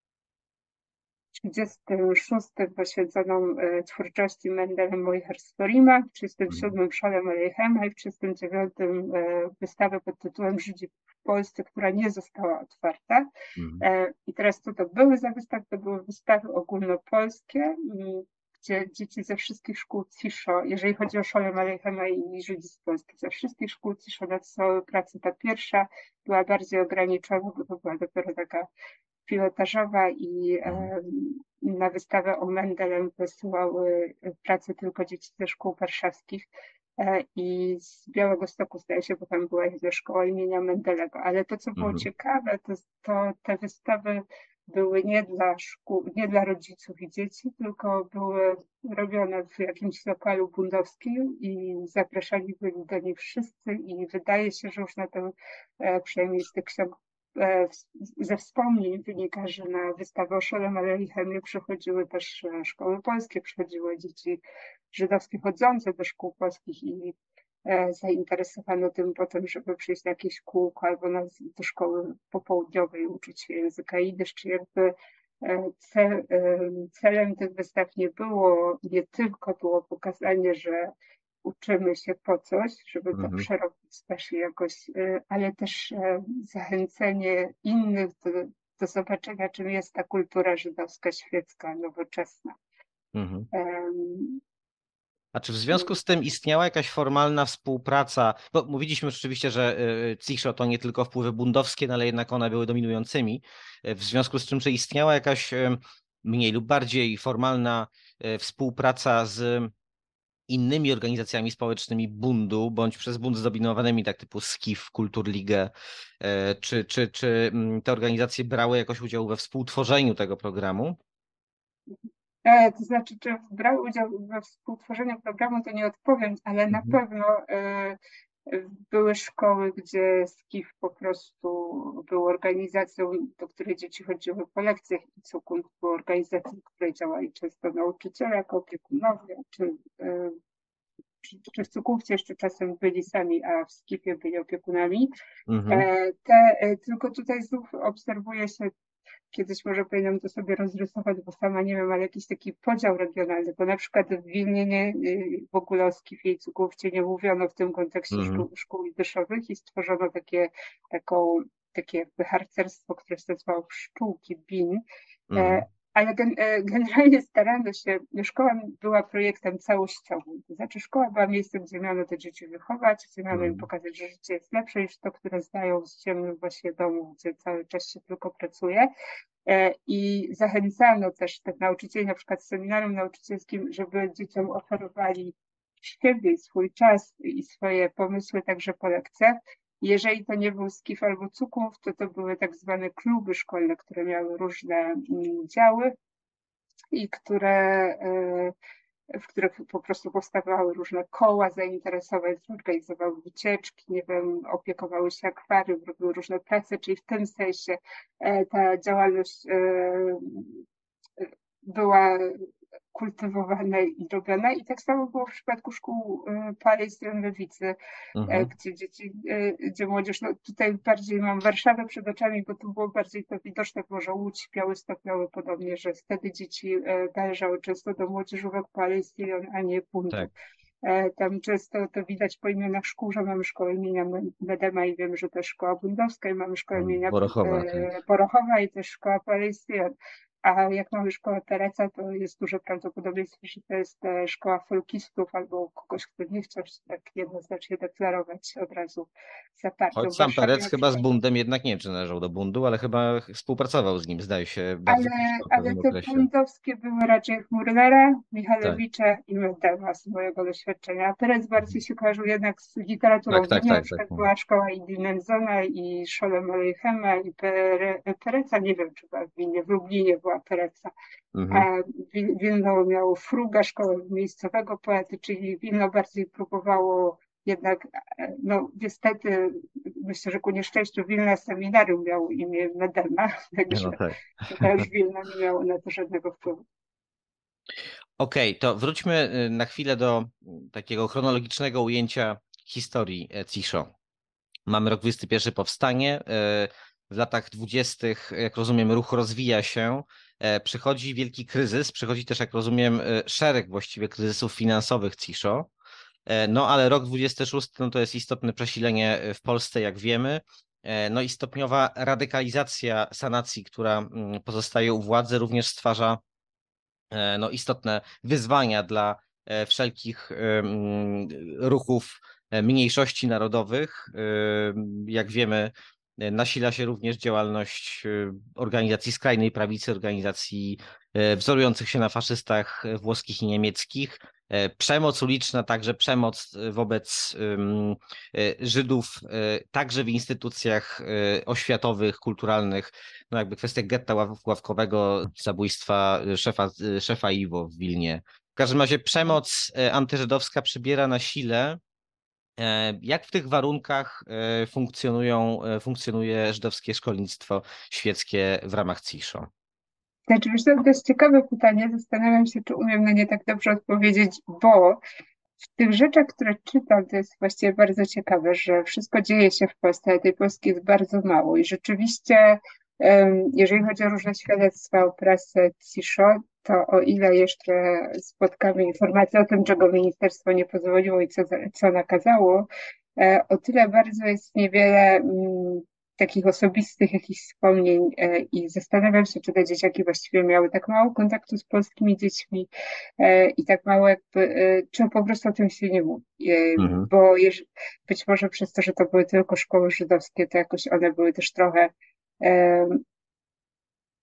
trzydziestym szóstym poświęconą twórczości Mendela Moicherstorima, w trzydziestym siódmym Sholem Aleichem i w trzydziestym dziewiątym wystawę pod tytułem Żydzi w Polsce, która nie została otwarta.
Mhm.
I teraz co to były za wystawy? To były wystawy ogólnopolskie, gdzie dzieci ze wszystkich szkół CISZO, jeżeli chodzi o Sholem Aleichem i Żydzi z Polski, ze wszystkich szkół CISZO napisały pracę. Ta pierwsza była bardziej ograniczona, bo to była dopiero taka pilotażowa i na wystawę o Mendelem wysyłały pracę tylko dzieci ze szkół warszawskich i z Białegostoku, zdaje się, bo tam była jedna szkoła imienia Mendelego. Ale to, co było
Mhm.
ciekawe, to, to te wystawy były nie dla szkół, nie dla rodziców i dzieci, tylko były robione w jakimś lokalu bundowskim i zapraszani byli do nich wszyscy i wydaje się, że już na tym, przynajmniej z tych ksiąg ze wspomnień wynika, że na wystawę o Sholem Aleichem przychodziły też szkoły polskie, przychodziły dzieci żydowskie chodzące do szkół polskich i zainteresowano tym potem, żeby przyjść na jakieś kółko albo na, do szkoły popołudniowej uczyć się języka jidysz, czy jakby cel, celem tych wystaw nie było, nie tylko było pokazanie, że uczymy się po coś, żeby to
Mhm.
przerobić też jakoś, ale też zachęcenie innych do, do zobaczenia, czym jest ta kultura żydowska, świecka, nowoczesna.
Mhm.
Um,
A czy w związku z tym istniała jakaś formalna współpraca? Bo mówiliśmy oczywiście, że CISZO to nie tylko wpływy bundowskie, no ale jednak one były dominującymi. W związku z czym, czy istniała jakaś mniej lub bardziej formalna współpraca z innymi organizacjami społecznymi bundu, bądź przez bunt zdominowanymi, tak typu SKiF, Kulturligę, czy, czy, czy te organizacje brały jakoś udział we współtworzeniu tego programu?
E, To znaczy, czy brał udział we współtworzeniu programu, to nie odpowiem, ale na
Mhm.
pewno e, były szkoły, gdzie SKiF po prostu był organizacją, do której dzieci chodziły po lekcjach i Cukund był organizacją, w której działali często nauczyciele jako opiekunowie, czy, e, czy, czy w Cukówce jeszcze czasem byli sami, a w SKiFie byli opiekunami.
Mhm.
E, Te, e, tylko tutaj znów obserwuje się, kiedyś może powinnam to sobie rozrysować, bo sama nie wiem, ale jakiś taki podział regionalny, bo na przykład w Wilnie nie, y, w ogóle o Skifie i Cukówcie nie mówiono w tym kontekście
Mhm.
szkół, szkół dyszowych i stworzono takie, taką, takie jakby harcerstwo, które się nazywało Pszczółki Bin.
Mhm.
E, ale gen, e, generalnie starano się, szkoła była projektem całościowym, to znaczy szkoła była miejscem, gdzie miano te dzieci wychować, gdzie miano im
Mhm.
pokazać, że życie jest lepsze niż to, które znają z ciemnych właśnie domów, gdzie cały czas się tylko pracuje. E, I zachęcano też tych nauczycieli, na przykład w seminarium nauczycielskim, żeby dzieciom oferowali siebie, swój czas i swoje pomysły także po lekcjach. Jeżeli to nie był SKiF albo Cuków, to to były tak zwane kluby szkolne, które miały różne mm, działy i które, e, w których po prostu powstawały różne koła zainteresowań, organizowały wycieczki, nie wiem, opiekowały się akwarium, robiły różne prace, czyli w tym sensie e, ta działalność e, była kultywowana i robiona. I tak samo było w przypadku szkół e, Palej Stron Lewicy, e,
Mhm.
gdzie dzieci, e, gdzie młodzież, no tutaj bardziej mam Warszawę przed oczami, bo tu było bardziej to widoczne, może Łódź, Białystok miały podobnie, że wtedy dzieci e, należały często do młodzieżówek Palej Stron, a nie buntu.
Tak.
E, Tam często to widać po imionach szkół, że mamy szkołę imienia Medema i wiemy, że to jest szkoła bundowska i mamy szkołę imienia
Borochowa,
e,
tak.
Borochowa i też szkoła Palej Stron. A jak mamy szkołę Pereca, to jest duże prawdopodobieństwo, że to jest e, szkoła folkistów albo kogoś, kto nie chciał się tak jednoznacznie deklarować od razu za partią.
Choć
W
sam
Warszawie
Perec
na
chyba z
przykład.
Bundem jednak nie wiem, czy należał do Bundu, ale chyba współpracował z nim, zdaje się, bardzo
Ale,
blisko w
ale
pewnym
te
okresie.
bundowskie były raczej Chmurnera,
Tak.
Michalewicza i Medema z mojego doświadczenia. A Perec bardziej się kojarzył jednak z literaturą.
Tak,
W
tak,
Wilnie na
tak, tak.
przykład była szkoła i Dimenzona i Szolem Olejchema i Pere, Pereca, nie wiem czy była w Wilnie, w Lublinie była Pereca.
Mhm.
A Wil- Wilno miało Fruga, szkołę miejscowego poety, czyli Wilno bardziej próbowało jednak, e, no niestety, myślę, że ku nieszczęściu Wilna Seminarium miało imię Medema, także
No tak.
to już Wilno nie miało na to żadnego wpływu.
Okej, to wróćmy y, na chwilę do y, takiego chronologicznego ujęcia historii e, Ciszo. Mamy rok dwudziesty pierwszy powstanie. y, W latach dwudziestych, jak rozumiem, ruch rozwija się. e, Przychodzi wielki kryzys, przychodzi też, jak rozumiem, y, szereg właściwie kryzysów finansowych Ciszo. E, No ale rok dwudziesty szósty no to jest istotne przesilenie e, w Polsce, jak wiemy. E, No i stopniowa radykalizacja sanacji, która mm, pozostaje u władzy, również stwarza e, no, istotne wyzwania dla e, wszelkich em, ruchów e, mniejszości narodowych. E, Jak wiemy, e, nasila się również działalność e, organizacji skrajnej prawicy, organizacji e, wzorujących się na faszystach e, włoskich i niemieckich. E, Przemoc uliczna, także przemoc e, wobec em, e, Żydów, e, także w instytucjach e, oświatowych, kulturalnych, no jakby kwestia getta ław- ławkowego, zabójstwa szefa, szefa Iwo w Wilnie. W każdym razie przemoc e, antyżydowska przybiera na sile. E, Jak w tych warunkach e, funkcjonują, e, funkcjonuje żydowskie szkolnictwo świeckie w ramach Ciszo?
Znaczy, wiesz, to dość ciekawe pytanie. Zastanawiam się, czy umiem na nie tak dobrze odpowiedzieć, bo w tych rzeczach, które czytam, to jest właściwie bardzo ciekawe, że wszystko dzieje się w Polsce, ale tej Polski jest bardzo mało. I rzeczywiście, em, jeżeli chodzi o różne świadectwa o prasę Ciszo, to o ile jeszcze spotkamy informacje o tym, czego ministerstwo nie pozwoliło i co, za- co nakazało, e, o tyle bardzo jest niewiele mm, takich osobistych jakichś wspomnień e, i zastanawiam się, czy te dzieciaki właściwie miały tak mało kontaktu z polskimi dziećmi, e, i tak mało jakby, e, czy po prostu o tym się nie mówi. E,
Mhm.
Bo jeż, być może przez to, że to były tylko szkoły żydowskie, to jakoś one były też trochę, e,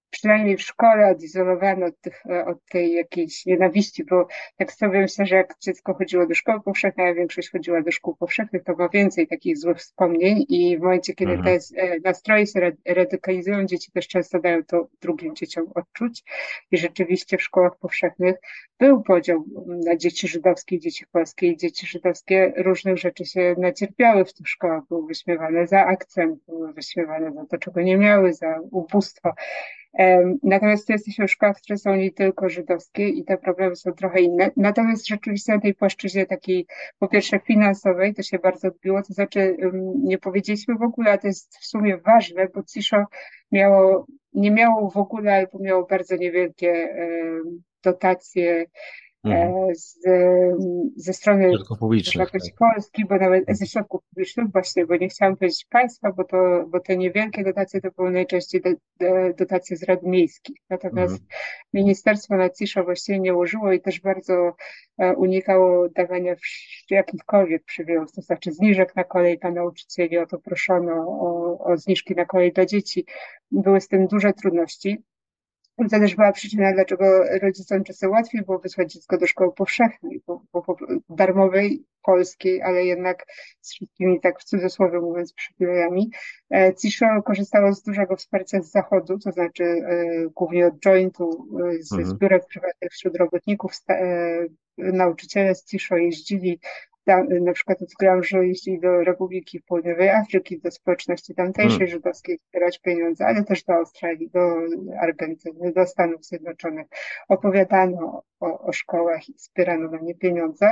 przynajmniej w szkole odizolowano od, tych, od tej jakiejś nienawiści, bo tak sobie myślę, że jak dziecko chodziło do szkoły powszechnej, a większość chodziła do szkół powszechnych, to ma więcej takich złych wspomnień i w momencie, kiedy te
Mhm.
nastroje się radykalizują, dzieci też często dają to drugim dzieciom odczuć i rzeczywiście w szkołach powszechnych był podział na dzieci żydowskie i dzieci polskie i dzieci żydowskie różnych rzeczy się nacierpiały w tych szkołach, były wyśmiewane za akcent, były wyśmiewane za to, czego nie miały, za ubóstwo. Natomiast tu jesteśmy w szkołach, które są nie tylko żydowskie i te problemy są trochę inne. Natomiast rzeczywiście na tej płaszczyźnie takiej, po pierwsze finansowej, to się bardzo odbiło, to znaczy nie powiedzieliśmy w ogóle, a to jest w sumie ważne, bo CISZO miało, nie miało w ogóle albo miało bardzo niewielkie dotacje
Mhm.
z, ze strony,
Środków publicznych,
można powiedzieć,
tak.
Polski, bo nawet ze środków publicznych właśnie, bo nie chciałam powiedzieć państwa, bo to, bo te niewielkie dotacje to były najczęściej do, do, dotacje z rad miejskich. Natomiast
Mhm.
ministerstwo na CISZO właściwie nie łożyło i też bardzo unikało dawania jakichkolwiek przywilejów, to znaczy zniżek na kolej dla nauczycieli, o to proszono, o, o zniżki na kolej dla dzieci. Były z tym duże trudności. To też była przyczyna, dlaczego rodzicom czasem łatwiej było wysłać dziecko do szkoły powszechnej, bo, bo, bo darmowej, polskiej, ale jednak z wszystkimi, tak w cudzysłowie mówiąc, przywilejami. CISZO korzystało z dużego wsparcia z zachodu, to znaczy e, głównie od jointu, e, ze
Mhm.
zbiórek prywatnych wśród robotników. E, nauczyciele z CISZO jeździli, na przykład od Gramżu jeździli do Republiki Południowej Afryki, do społeczności tamtejszej
Mhm.
żydowskiej zbierać pieniądze, ale też do Australii, do Argentyny, do Stanów Zjednoczonych. Opowiadano o, o szkołach i zbierano na nie pieniądze.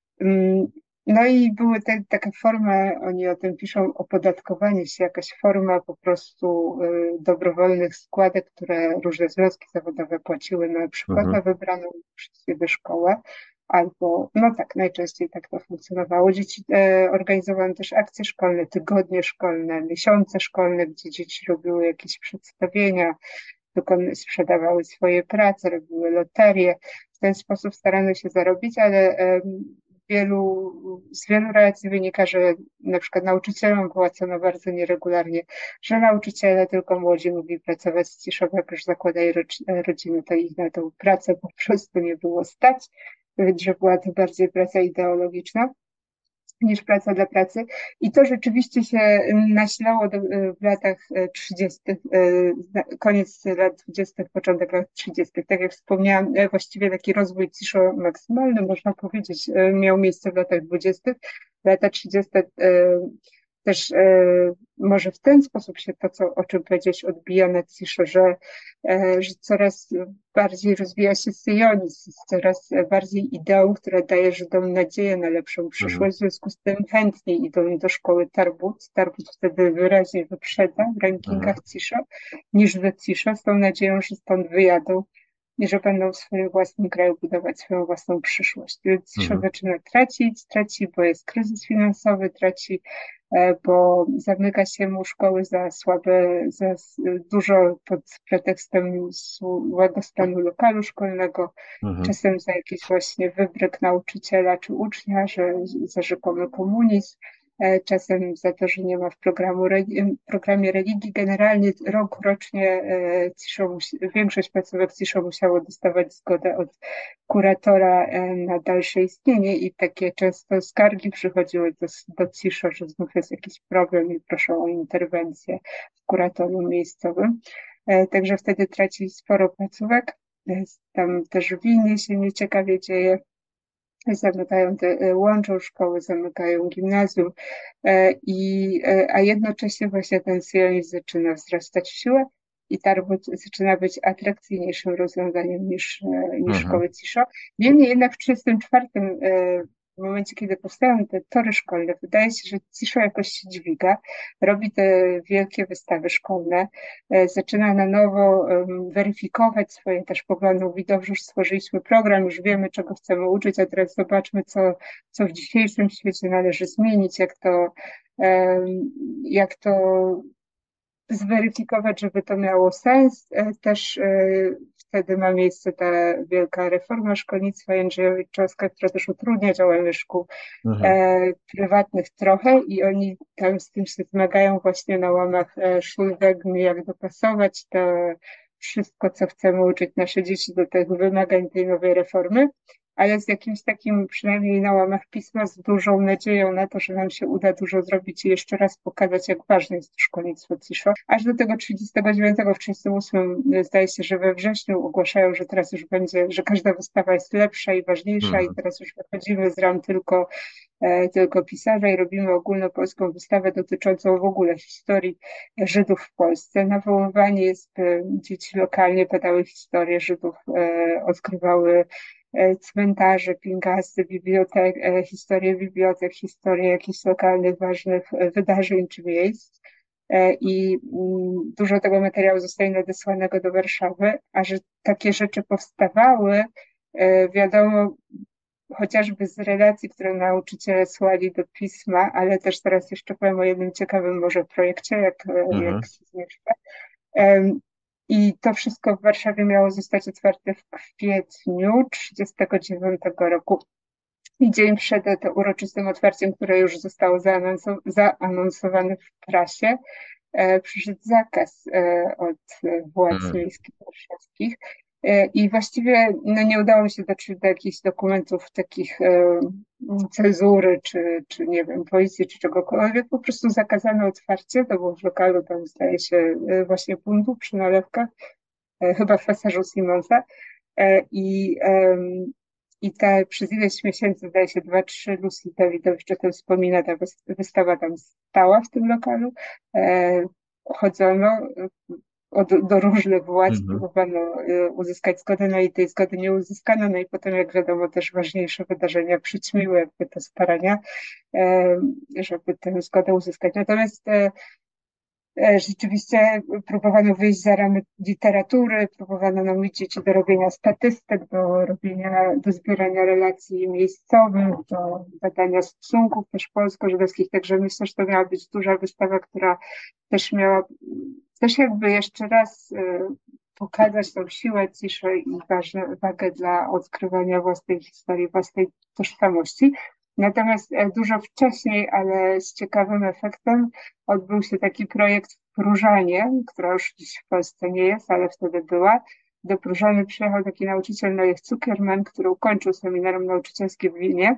No i były te, takie formy, oni o tym piszą, opodatkowanie się, jakaś forma po prostu y, dobrowolnych składek, które różne związki zawodowe płaciły na przykład
Mhm.
na wybraną przez siebie szkołę. Albo, no tak, najczęściej tak to funkcjonowało. Dzieci e, organizowano też akcje szkolne, tygodnie szkolne, miesiące szkolne, gdzie dzieci robiły jakieś przedstawienia, dokon- sprzedawały swoje prace, robiły loterie. W ten sposób starano się zarobić, ale e, wielu, z wielu relacji wynika, że na przykład nauczycielom płacono bardzo nieregularnie, że nauczyciele tylko młodzi mogli pracować z CISZO, jak już zakładali rodziny, to ich na tą pracę po prostu nie było stać, więc że była to bardziej praca ideologiczna niż praca dla pracy. I to rzeczywiście się nasilało do, w latach trzydziestych, koniec lat dwudziestych, początek lat trzydziestych. Tak jak wspomniałam, właściwie taki rozwój CISZO maksymalny, można powiedzieć, miał miejsce w latach dwudziestych. Lata trzydzieste też e, może w ten sposób się to, co, o czym powiedziałeś, odbija na CISZO, że, e, że coraz bardziej rozwija się syjonizm, coraz bardziej ideą, która daje Żydom nadzieję na lepszą przyszłość, w związku z tym chętniej idą do szkoły Tarbut. Tarbut wtedy wyraźnie wyprzedza w rankingach
Mhm.
CISZO niż do CISZO, z tą nadzieją, że stąd wyjadą i że będą w swoim własnym kraju budować swoją własną przyszłość. Więc CISZO
Mhm.
zaczyna tracić, traci, bo jest kryzys finansowy, traci, bo zamyka się mu szkoły za słabe, za dużo pod pretekstem złego stanu lokalu szkolnego,
Mhm.
czasem za jakiś właśnie wybryk nauczyciela czy ucznia, że za rzekomy komunizm, czasem za to, że nie ma w programu, programie religii. Generalnie rok rocznie CISZO, większość placówek CISZO musiało dostawać zgodę od kuratora na dalsze istnienie i takie często skargi przychodziły do, do CISZO, że znów jest jakiś problem i proszą o interwencję w kuratorium miejscowym. Także wtedy traci sporo placówek. Tam też w Wilnie się nieciekawie dzieje. Zamykają te, łączą szkoły, zamykają gimnazjum, i, a jednocześnie właśnie ten syjonizm zaczyna wzrastać w siłę i Tarbut zaczyna być atrakcyjniejszym rozwiązaniem niż, niż
Mhm.
szkoły CISZO. Niemniej jednak w tysiąc dziewięćset trzydziestym czwartym, w momencie, kiedy powstają te tory szkolne, wydaje się, że CISZO jakoś się dźwiga, robi te wielkie wystawy szkolne, zaczyna na nowo weryfikować swoje też poglądy. Mówi, dobrze, już stworzyliśmy program, już wiemy, czego chcemy uczyć, a teraz zobaczmy, co, co w dzisiejszym świecie należy zmienić, jak to, jak to zweryfikować, żeby to miało sens. Też wtedy ma miejsce ta wielka reforma szkolnictwa jędrzejowiczowska, która też utrudnia działalność szkół
Mhm.
e, prywatnych trochę i oni tam z tym się zmagają właśnie na łamach e, Schulwegmy, jak dopasować te wszystko, co chcemy uczyć nasze dzieci do tych wymagań tej nowej reformy, ale z jakimś takim, przynajmniej na łamach pisma, z dużą nadzieją na to, że nam się uda dużo zrobić i jeszcze raz pokazać, jak ważne jest to szkolnictwo C I S-u. Aż do tego trzydziestego dziewiątego, w trzydziestym ósmym zdaje się, że we wrześniu ogłaszają, że teraz już będzie, że każda wystawa jest lepsza i ważniejsza
Mhm.
i teraz już wychodzimy z ram tylko tylko pisarza i robimy ogólnopolską wystawę dotyczącą w ogóle historii Żydów w Polsce. Nawoływanie jest, dzieci lokalnie badały historię Żydów, odkrywały cmentarze, pingasy, bibliotek, historię bibliotek, historię jakichś lokalnych ważnych wydarzeń czy miejsc. I dużo tego materiału zostaje nadesłanego do Warszawy, a że takie rzeczy powstawały, wiadomo, chociażby z relacji, które nauczyciele słali do pisma, ale też teraz jeszcze powiem o jednym ciekawym może projekcie, jak,
Mhm.
jak się zmieszczę. I to wszystko w Warszawie miało zostać otwarte w kwietniu trzydziestego dziewiątego roku. I dzień przed to uroczystym otwarciem, które już zostało zaanonsow- zaanonsowane w prasie, e, przyszedł zakaz e, od władz
Mhm.
miejskich warszawskich. I właściwie no, nie udało mi się dotrzeć do jakichś dokumentów takich e, cenzury, czy, czy nie wiem, policji, czy czegokolwiek. Po prostu zakazano otwarcie. To było w lokalu, tam zdaje się właśnie Puntu przy nalewkach, e, chyba w Pasażu Simonsa. E, I e, i ta przez ileś miesięcy, zdaje się dwa, trzy, Lucy Dawidowicz o tym wspomina, ta wystawa tam stała w tym lokalu. E, chodzono od, do różnych władz,
Mhm.
próbowano uzyskać zgodę, no i tej zgody nie uzyskano, no i potem, jak wiadomo, też ważniejsze wydarzenia przyćmiły jakby te starania, żeby tę zgodę uzyskać. Natomiast rzeczywiście próbowano wyjść za ramy literatury, próbowano nauczyć dzieci do robienia statystyk, do robienia, do zbierania relacji miejscowych, do badania stosunków też polsko-żydowskich, także myślę, że to miała być duża wystawa, która też miała też jakby jeszcze raz pokazać tą siłę ciszy i ważne, wagę dla odkrywania własnej historii, własnej tożsamości. Natomiast dużo wcześniej, ale z ciekawym efektem, odbył się taki projekt w Próżanie, która już dziś w Polsce nie jest, ale wtedy była. Do Próżany przyjechał taki nauczyciel Noé Zuckerman, który ukończył seminarium nauczycielskie w Wilnie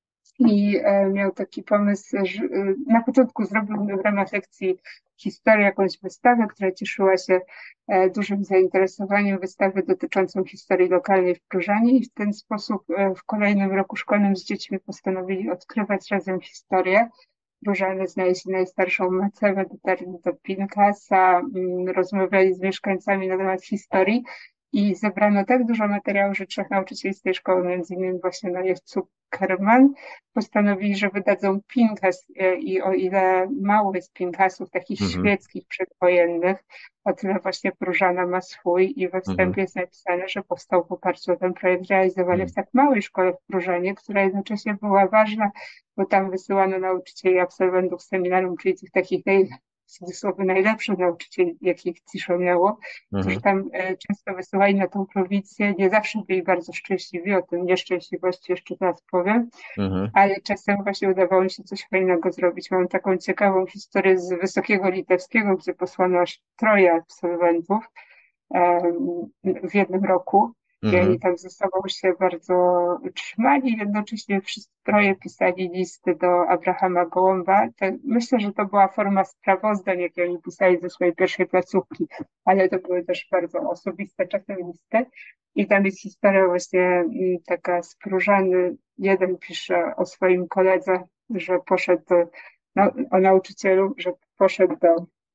i miał taki pomysł, że na początku zrobił w ramach lekcji historii jakąś wystawę, która cieszyła się dużym zainteresowaniem, wystawę dotyczącą historii lokalnej w Próżanie i w ten sposób w kolejnym roku szkolnym z dziećmi postanowili odkrywać razem historię. Próżany znaleźli najstarszą macewę, dotarli do Pinkasa, rozmawiali z mieszkańcami na temat historii i zebrano tak dużo materiału, że trzech nauczycieli z tej szkoły, między innymi właśnie Noé Zuckerman, postanowili, że wydadzą Pinkas i o ile mało jest Pinkasów takich
Mhm.
świeckich, przedwojennych, o tyle właśnie Próżana ma swój i we wstępie
Mhm.
jest napisane, że powstał w oparciu o ten projekt realizowany
Mhm.
w tak małej szkole w Próżanie, która jednocześnie była ważna, bo tam wysyłano nauczycieli i absolwentów seminarium, czyli tych takich naj, w cudzysłowie najlepszych nauczycieli, jakich C I S-o miało, którzy
Mhm.
tam e, często wysyłali na tą prowincję. Nie zawsze byli bardzo szczęśliwi, o tym nieszczęśliwości jeszcze teraz powiem,
Mhm.
ale czasem właśnie udawało mi się coś fajnego zrobić. Mam taką ciekawą historię z Wysokiego Litewskiego, gdzie posłano aż troje absolwentów em, w jednym roku. I oni
Mhm.
tam ze sobą się bardzo trzymali, jednocześnie wszyscy troje pisali listy do Abrahama Gołąba. To, myślę, że to była forma sprawozdań, jakie oni pisali ze swojej pierwszej placówki, ale to były też bardzo osobiste czasem listy. I tam jest historia właśnie mm, taka z Próżany. Jeden pisze o swoim koledze, że poszedł do, no, o nauczycielu, że poszedł do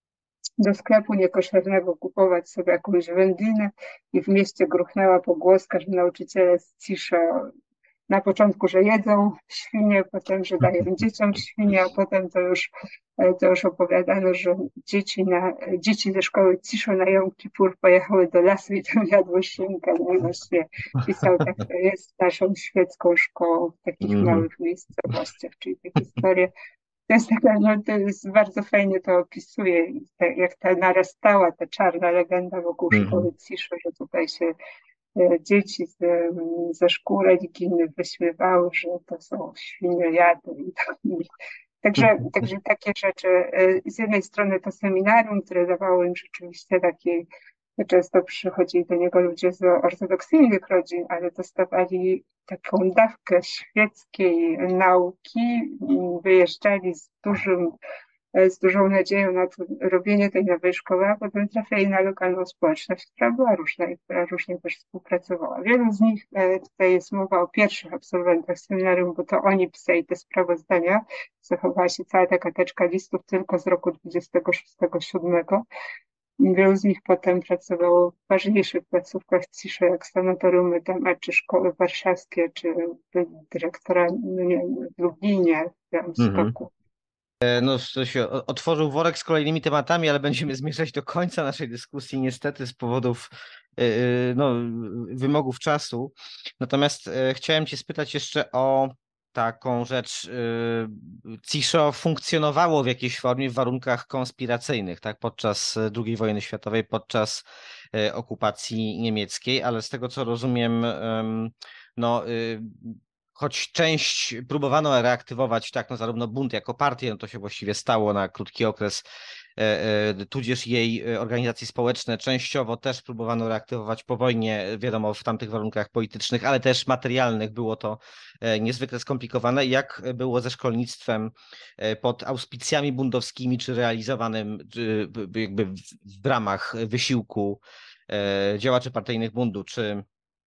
do sklepu niekoszernego kupować sobie jakąś wędlinę i w mieście gruchnęła pogłoska, że nauczyciele z ciszy na początku, że jedzą świnie, potem, że dają dzieciom świnie, a potem to już, to już opowiadano, że dzieci, na, dzieci ze szkoły Ciszo na Jom Kippur pojechały do lasu i tam jadły świnkę. No i właśnie pisał, tak to jest naszą świecką szkołą w takich
Mhm.
małych miejscowościach, czyli te historie. To jest taka, no to jest bardzo fajnie to opisuje, jak ta narastała ta czarna legenda wokół
Mhm.
szkoły Ciszo, że tutaj się e, dzieci z, ze szkół religijnych wyśmiewały, że to są świniojady i tak. Także, także takie rzeczy. E, Z jednej strony to seminarium, które dawało im rzeczywiście taki Często przychodzili do niego ludzie z ortodoksyjnych rodzin, ale dostawali taką dawkę świeckiej nauki, wyjeżdżali z dużym, z dużą nadzieją na to, robienie tej nowej szkoły, a potem trafiali na lokalną społeczność, która była różna i która różnie też współpracowała. Wielu z nich, e, tutaj jest mowa o pierwszych absolwentach seminarium, bo to oni pisali te sprawozdania. Zachowała się cała taka teczka listów tylko z roku dwudziestego szóstego siódmego. Wielu z nich potem pracowało w ważniejszych placówkach ciszy, jak sanatorium Medema, czy szkoły warszawskie, czy dyrektora, no nie wiem, w Lublinie, w
Mhm.
Białymstoku.
No, to się o- otworzył worek z kolejnymi tematami, ale będziemy zmierzać do końca naszej dyskusji, niestety z powodów yy, no, wymogów czasu. Natomiast e, chciałem Cię spytać jeszcze o taką rzecz. Yy, Ciszo funkcjonowało w jakiejś formie w warunkach konspiracyjnych, tak, podczas drugiej wojny światowej, podczas e, okupacji niemieckiej, ale z tego co rozumiem, em, no. Yy, Choć część próbowano reaktywować, tak, no zarówno bunt jako partię, no to się właściwie stało na krótki okres, e, e, tudzież jej e, organizacje społeczne częściowo też próbowano reaktywować po wojnie, wiadomo, w tamtych warunkach politycznych, ale też materialnych było to e, niezwykle skomplikowane. Jak było ze szkolnictwem e, pod auspicjami buntowskimi, czy realizowanym czy jakby w, w ramach wysiłku e, działaczy partyjnych bundu, czy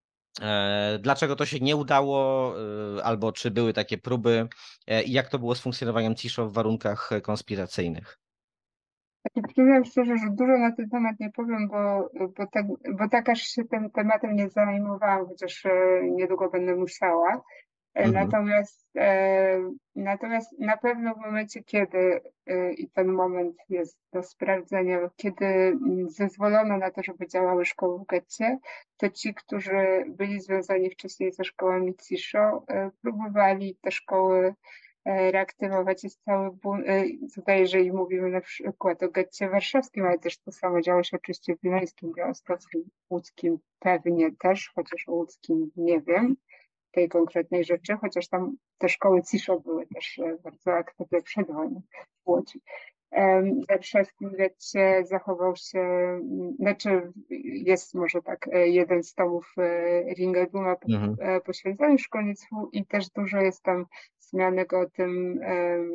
E, Dlaczego to się nie udało, e, albo czy były takie próby e, i jak to było z funkcjonowaniem Ciszo w warunkach e, konspiracyjnych?
Znaczy, przyznam szczerze, że dużo na ten temat nie powiem, bo, bo, tak, bo tak aż się tym tematem nie zajmowałam, chociaż e, niedługo będę musiała. E,
Mhm,
Natomiast, e, natomiast na pewno w momencie, kiedy, e, i ten moment jest do sprawdzenia, kiedy mm, zezwolono na to, żeby działały szkoły w getcie, to ci, którzy byli związani wcześniej ze szkołami Ciszo, e, próbowali te szkoły e, reaktywować. Jest cały bun- e, tutaj, jeżeli mówimy na przykład o getcie warszawskim, ale też to samo działo się oczywiście w wileńskim, białostockim, łódzkim pewnie też, chociaż o łódzkim nie wiem tej konkretnej rzeczy, chociaż tam te szkoły Ciszo były też e, bardzo aktywne przed wojną w Łodzi. Em, W warszawskim getcie zachował się, m, znaczy jest może tak e, jeden z tomów e, Ringelbluma
mhm,
e, poświęcony szkolnictwu i też dużo jest tam wzmianek o tym, em,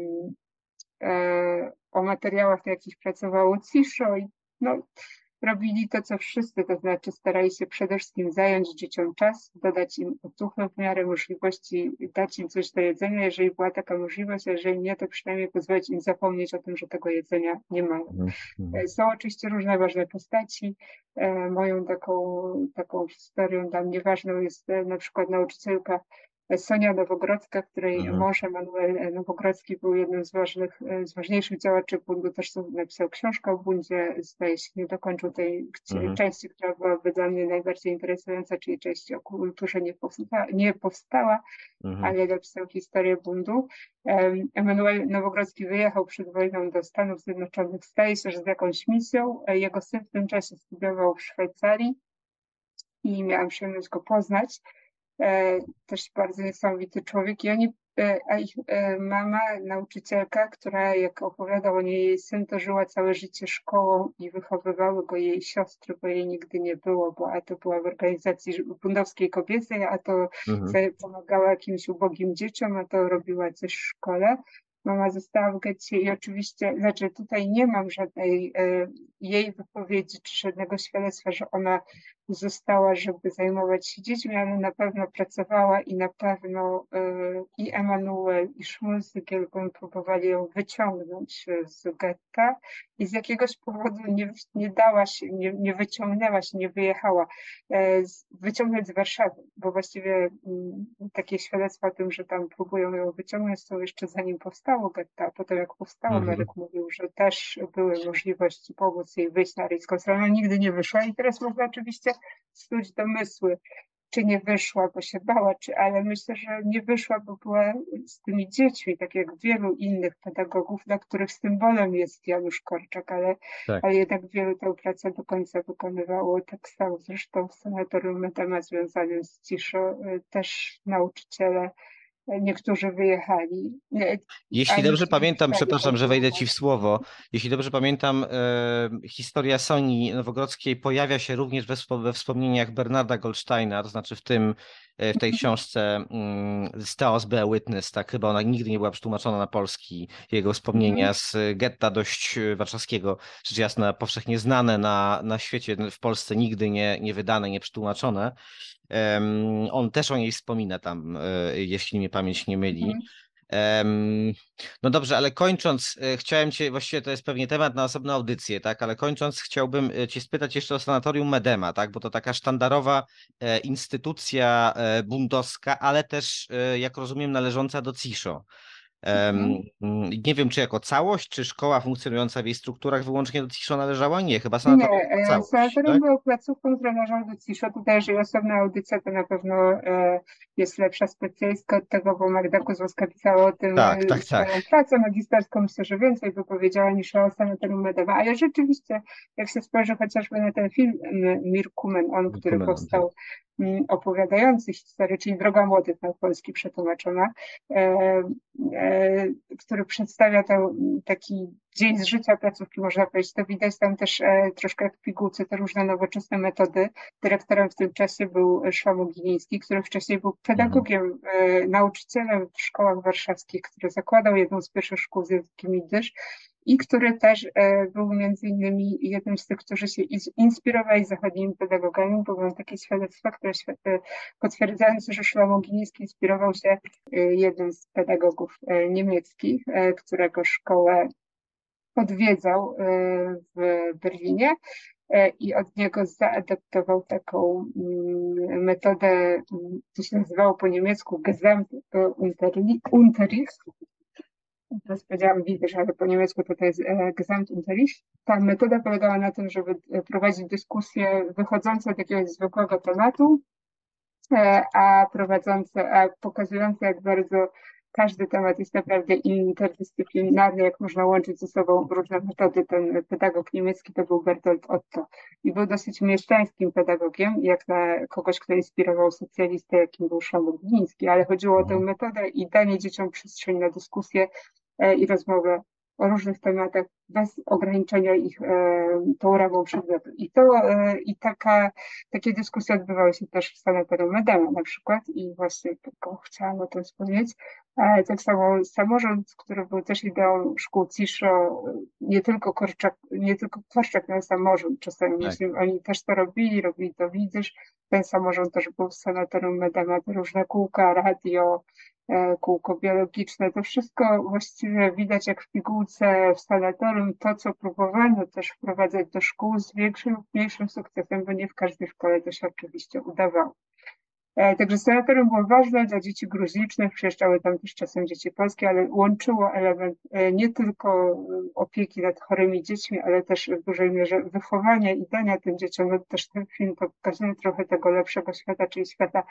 e, o materiałach, na jakich pracowało Ciszo i no, robili to, co wszyscy, to znaczy starali się przede wszystkim zająć dzieciom czas, dodać im otuchy w miarę możliwości, dać im coś do jedzenia, jeżeli była taka możliwość, a jeżeli nie, to przynajmniej pozwolić im zapomnieć o tym, że tego jedzenia nie mają.
mhm, mhm,
E, Są oczywiście różne ważne postaci. E, Moją taką, taką historią dla mnie ważną jest e, na przykład nauczycielka Sonia Nowogrodzka, której
mhm,
mąż Emanuel Nowogrodzki był jednym z ważnych, z ważniejszych działaczy bundu, też napisał książkę o bundzie, zdaje się, nie dokończył tej
mhm,
części, która byłaby dla mnie najbardziej interesująca, czyli części o kulturze nie powstała, nie powstała,
mhm,
ale napisał historię bundu. Em, Emanuel Nowogrodzki wyjechał przed wojną do Stanów Zjednoczonych, zdaje się, że z jakąś misją. E, Jego syn w tym czasie studiował w Szwajcarii i miałam przyjemność go poznać. E, Też bardzo niesamowity człowiek. I oni, e, a ich e, mama, nauczycielka, która, jak opowiadał o niej jej syn, to żyła całe życie szkołą i wychowywały go jej siostry, bo jej nigdy nie było, bo a to była w organizacji bundowskiej kobiecej, a to
mhm,
sobie pomagała jakimś ubogim dzieciom, a to robiła coś w szkole. Mama została w getcie i oczywiście, znaczy tutaj nie mam żadnej e, jej wypowiedzi czy żadnego świadectwa, że ona została, żeby zajmować się dziećmi, ale na pewno pracowała i na pewno y, i Emanuel, i Szmul z Gielgą próbowali ją wyciągnąć y, z getta i z jakiegoś powodu nie, nie dała się, nie, nie wyciągnęła się, nie wyjechała. E, z- wyciągnąć z Warszawy, bo właściwie mm, takie świadectwa o tym, że tam próbują ją wyciągnąć, są jeszcze zanim powstało getta, a potem jak powstało,
mhm.
Marek mówił, że też były możliwości pomóc jej wyjść na rejską stronę, nigdy nie wyszła i teraz można oczywiście snuć domysły, czy nie wyszła, bo się bała, czy, ale myślę, że nie wyszła, bo była z tymi dziećmi, tak jak wielu innych pedagogów, dla których symbolem jest Janusz Korczak, ale,
Tak.
ale jednak wielu tę pracę do końca wykonywało. Tak samo zresztą w sanatorium Medema związanym z Ciszo, y, też nauczyciele niektórzy wyjechali.
Jeśli
Ani
dobrze
ci
pamiętam,
zostali
przepraszam, że wejdę ci w
powołani.
słowo, jeśli dobrze pamiętam, e, historia Sonii Nowogrodzkiej pojawia się również we, wspo- we wspomnieniach Bernarda Goldsteina, to znaczy w tym, e, w tej książce mm, Staos Bear Witness, tak, chyba ona nigdy nie była przetłumaczona na polski, jego wspomnienia z getta dość e, warszawskiego, rzecz jasna, powszechnie znane na, na świecie, w Polsce nigdy nie, nie wydane, nie przetłumaczone. Em, on też o niej wspomina tam, e, jeśli mnie pamięć nie myli.
Mhm.
Em, No dobrze, ale kończąc, e, chciałem cię, właściwie to jest pewnie temat na osobną audycję, tak, ale kończąc chciałbym e, cię spytać jeszcze o sanatorium Medema, tak, bo to taka sztandarowa e, instytucja e, bundowska, ale też, e, jak rozumiem, należąca do C I S Z O. Em,
Mhm.
Nie wiem, czy jako całość, czy szkoła funkcjonująca w jej strukturach wyłącznie do C I S Z O należała? Nie, chyba
Nie,
sanatorium jako
e,
całość,
sanatorium
tak?
było placówką, która należała do C I S Z O. Tutaj, jeżeli osobna audycja, to na pewno e, jest lepsza specjalistka od tego, bo Magda Kozłowska pisała o tym
Tak,
e,
tak,
swoją
tak.
pracę magisterską. Myślę, że więcej by powiedziała niż o sanatorium Medema. Ale rzeczywiście, jak się spojrzy chociażby na ten film m, Mirkumen, on, który
Dokumentem, tak.
powstał m, opowiadający historię, czyli Droga Młodych na polski przetłumaczona, e, e, który przedstawia to, taki dzień z życia placówki, można powiedzieć. To widać tam też e, troszkę jak w pigułce, te różne nowoczesne metody. Dyrektorem w tym czasie był Szłamo Giliński, który wcześniej był
Mhm.
pedagogiem, e, nauczycielem w szkołach warszawskich, który zakładał jedną z pierwszych szkół z językiem jidysz i który też e, był między innymi jednym z tych, którzy się iz- inspirowali zachodnimi pedagogami, bo mam takie świadectwa, które świat- e, potwierdzają, że Szłamo Giliński inspirował się e, jednym z pedagogów e, niemieckich, e, którego szkołę odwiedzał e, w Berlinie e, i od niego zaadaptował taką mm, metodę, mm, co się nazywało po niemiecku Gesamtunterricht. Teraz powiedziałam Widzisz, ale po niemiecku to, to jest e, Gesamtunterricht. Ta metoda polegała na tym, żeby e, prowadzić dyskusje wychodzące od jakiegoś zwykłego tematu, e, a prowadzące, a pokazujące, jak bardzo każdy temat jest naprawdę interdyscyplinarny, jak można łączyć ze sobą różne metody. Ten pedagog niemiecki to był Bertolt Otto i był dosyć mieszczańskim pedagogiem, jak na kogoś, kto inspirował socjalistę, jakim był Szymon Gliński, ale chodziło o tę
Mhm.
metodę i danie dzieciom przestrzeni na dyskusję e, i rozmowę o różnych tematach bez ograniczenia ich e, tą ramą przedmiotu. I to e, i taka takie dyskusje odbywały się też w sanatorium Medema na przykład i właśnie tylko chciałam o tym wspomnieć. E, Tak samo samorząd, który był też ideą szkół C I S Z O, nie tylko Korczak, nie tylko Korczak miał samorząd, czasami
Tak.
myślę, oni też to robili, robili to Widzisz. Ten samorząd też był w sanatorium Medema, te różne kółka, radio, e, kółko biologiczne, to wszystko właściwie widać jak w pigułce w sanatorium, to co próbowano też wprowadzać do szkół z większym lub mniejszym sukcesem, bo nie w każdej szkole to się oczywiście udawało. E, Także sanatorium było ważne dla dzieci gruźlicznych, przyjeżdżały tam też czasem dzieci polskie, ale łączyło element e, nie tylko e, opieki nad chorymi dziećmi, ale też w dużej mierze wychowania i dania tym dzieciom. No też ten film to pokazuje trochę tego lepszego świata, czyli świata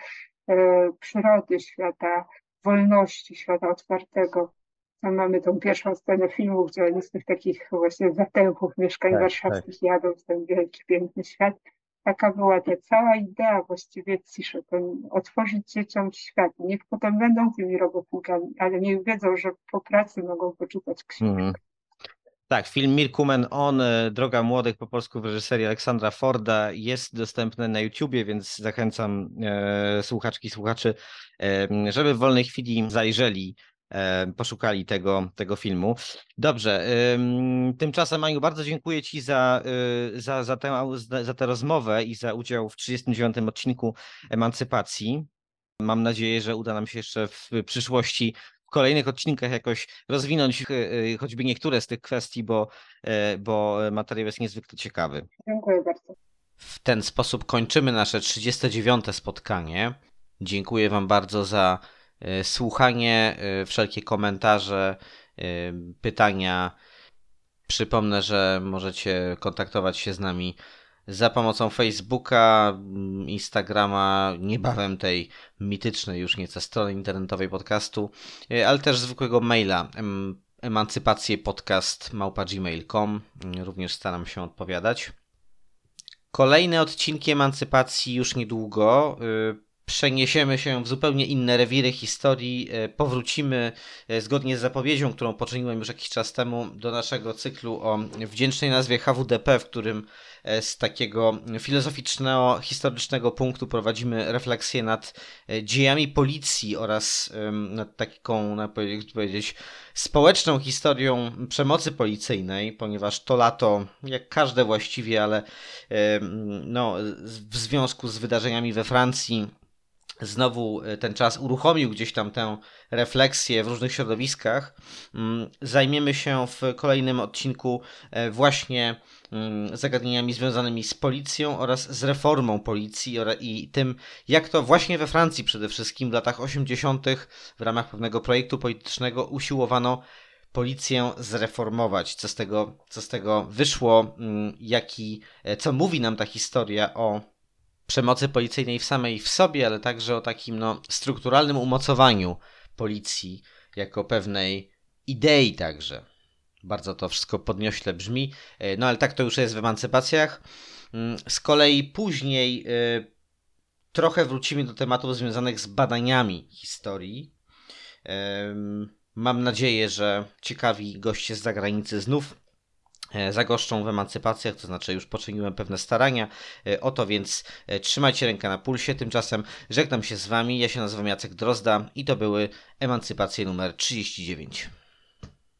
e, przyrody, świata wolności, świata otwartego. Tam mamy tą pierwszą scenę filmu, gdzie oni z tych takich właśnie zatęchów mieszkań
Tak,
warszawskich jadą w ten wielki, piękny świat. Taka była ta cała idea właściwie ciszy, ten otworzyć dzieciom świat. Niech potem będą tymi robotnikami, ale niech wiedzą, że po pracy mogą poczytać książkę.
Mhm. Tak, film Mirkumen On, e, Droga Młodych po polsku w reżyserii Aleksandra Forda jest dostępny na YouTubie, więc zachęcam e, słuchaczki, słuchaczy, e, żeby w wolnej chwili zajrzeli, e, poszukali tego, tego filmu. Dobrze, e, tymczasem Aniu, bardzo dziękuję Ci za, e, za, za, tę, za, za tę rozmowę i za udział w trzydziestym dziewiątym odcinku Emancypacji. Mam nadzieję, że uda nam się jeszcze w przyszłości w kolejnych odcinkach jakoś rozwinąć e, choćby niektóre z tych kwestii, bo, e, bo materiał jest niezwykle ciekawy.
Dziękuję bardzo.
W ten sposób kończymy nasze trzydzieste dziewiąte spotkanie. Dziękuję Wam bardzo za e, słuchanie, e, wszelkie komentarze, e, pytania. Przypomnę, że możecie kontaktować się z nami za pomocą Facebooka, Instagrama, niebawem tej mitycznej już nieco strony internetowej podcastu, ale też zwykłego maila emancypacjepodcast małpa gmail kropka com. Również staram się odpowiadać. Kolejne odcinki Emancypacji już niedługo. przeniesiemy się w zupełnie inne rewiry historii. Powrócimy zgodnie z zapowiedzią, którą poczyniłem już jakiś czas temu, do naszego cyklu o wdzięcznej nazwie H W D P, w którym z takiego filozoficznego, historycznego punktu prowadzimy refleksję nad dziejami policji oraz nad taką, jak powiedzieć, społeczną historią przemocy policyjnej, ponieważ to lato, jak każde właściwie, ale no, w związku z wydarzeniami we Francji, znowu ten czas uruchomił gdzieś tam tę refleksję w różnych środowiskach. Zajmiemy się w kolejnym odcinku właśnie zagadnieniami związanymi z policją oraz z reformą policji i tym, jak to właśnie we Francji przede wszystkim w latach osiemdziesiątych w ramach pewnego projektu politycznego usiłowano policję zreformować. Co z tego, co z tego wyszło, jaki, co mówi nam ta historia o przemocy policyjnej w samej w sobie, ale także o takim no, strukturalnym umocowaniu policji jako pewnej idei także. Bardzo to wszystko podniośle brzmi, no ale tak to już jest w emancypacjach. Z kolei później y, trochę wrócimy do tematów związanych z badaniami historii. Y, mam nadzieję, że ciekawi goście z zagranicy znów zagoszczą w emancypacjach, to znaczy już poczyniłem pewne starania o to, więc trzymajcie rękę na pulsie. Tymczasem żegnam się z wami, ja się nazywam Jacek Drozda i to były emancypacje numer trzydzieści dziewięć.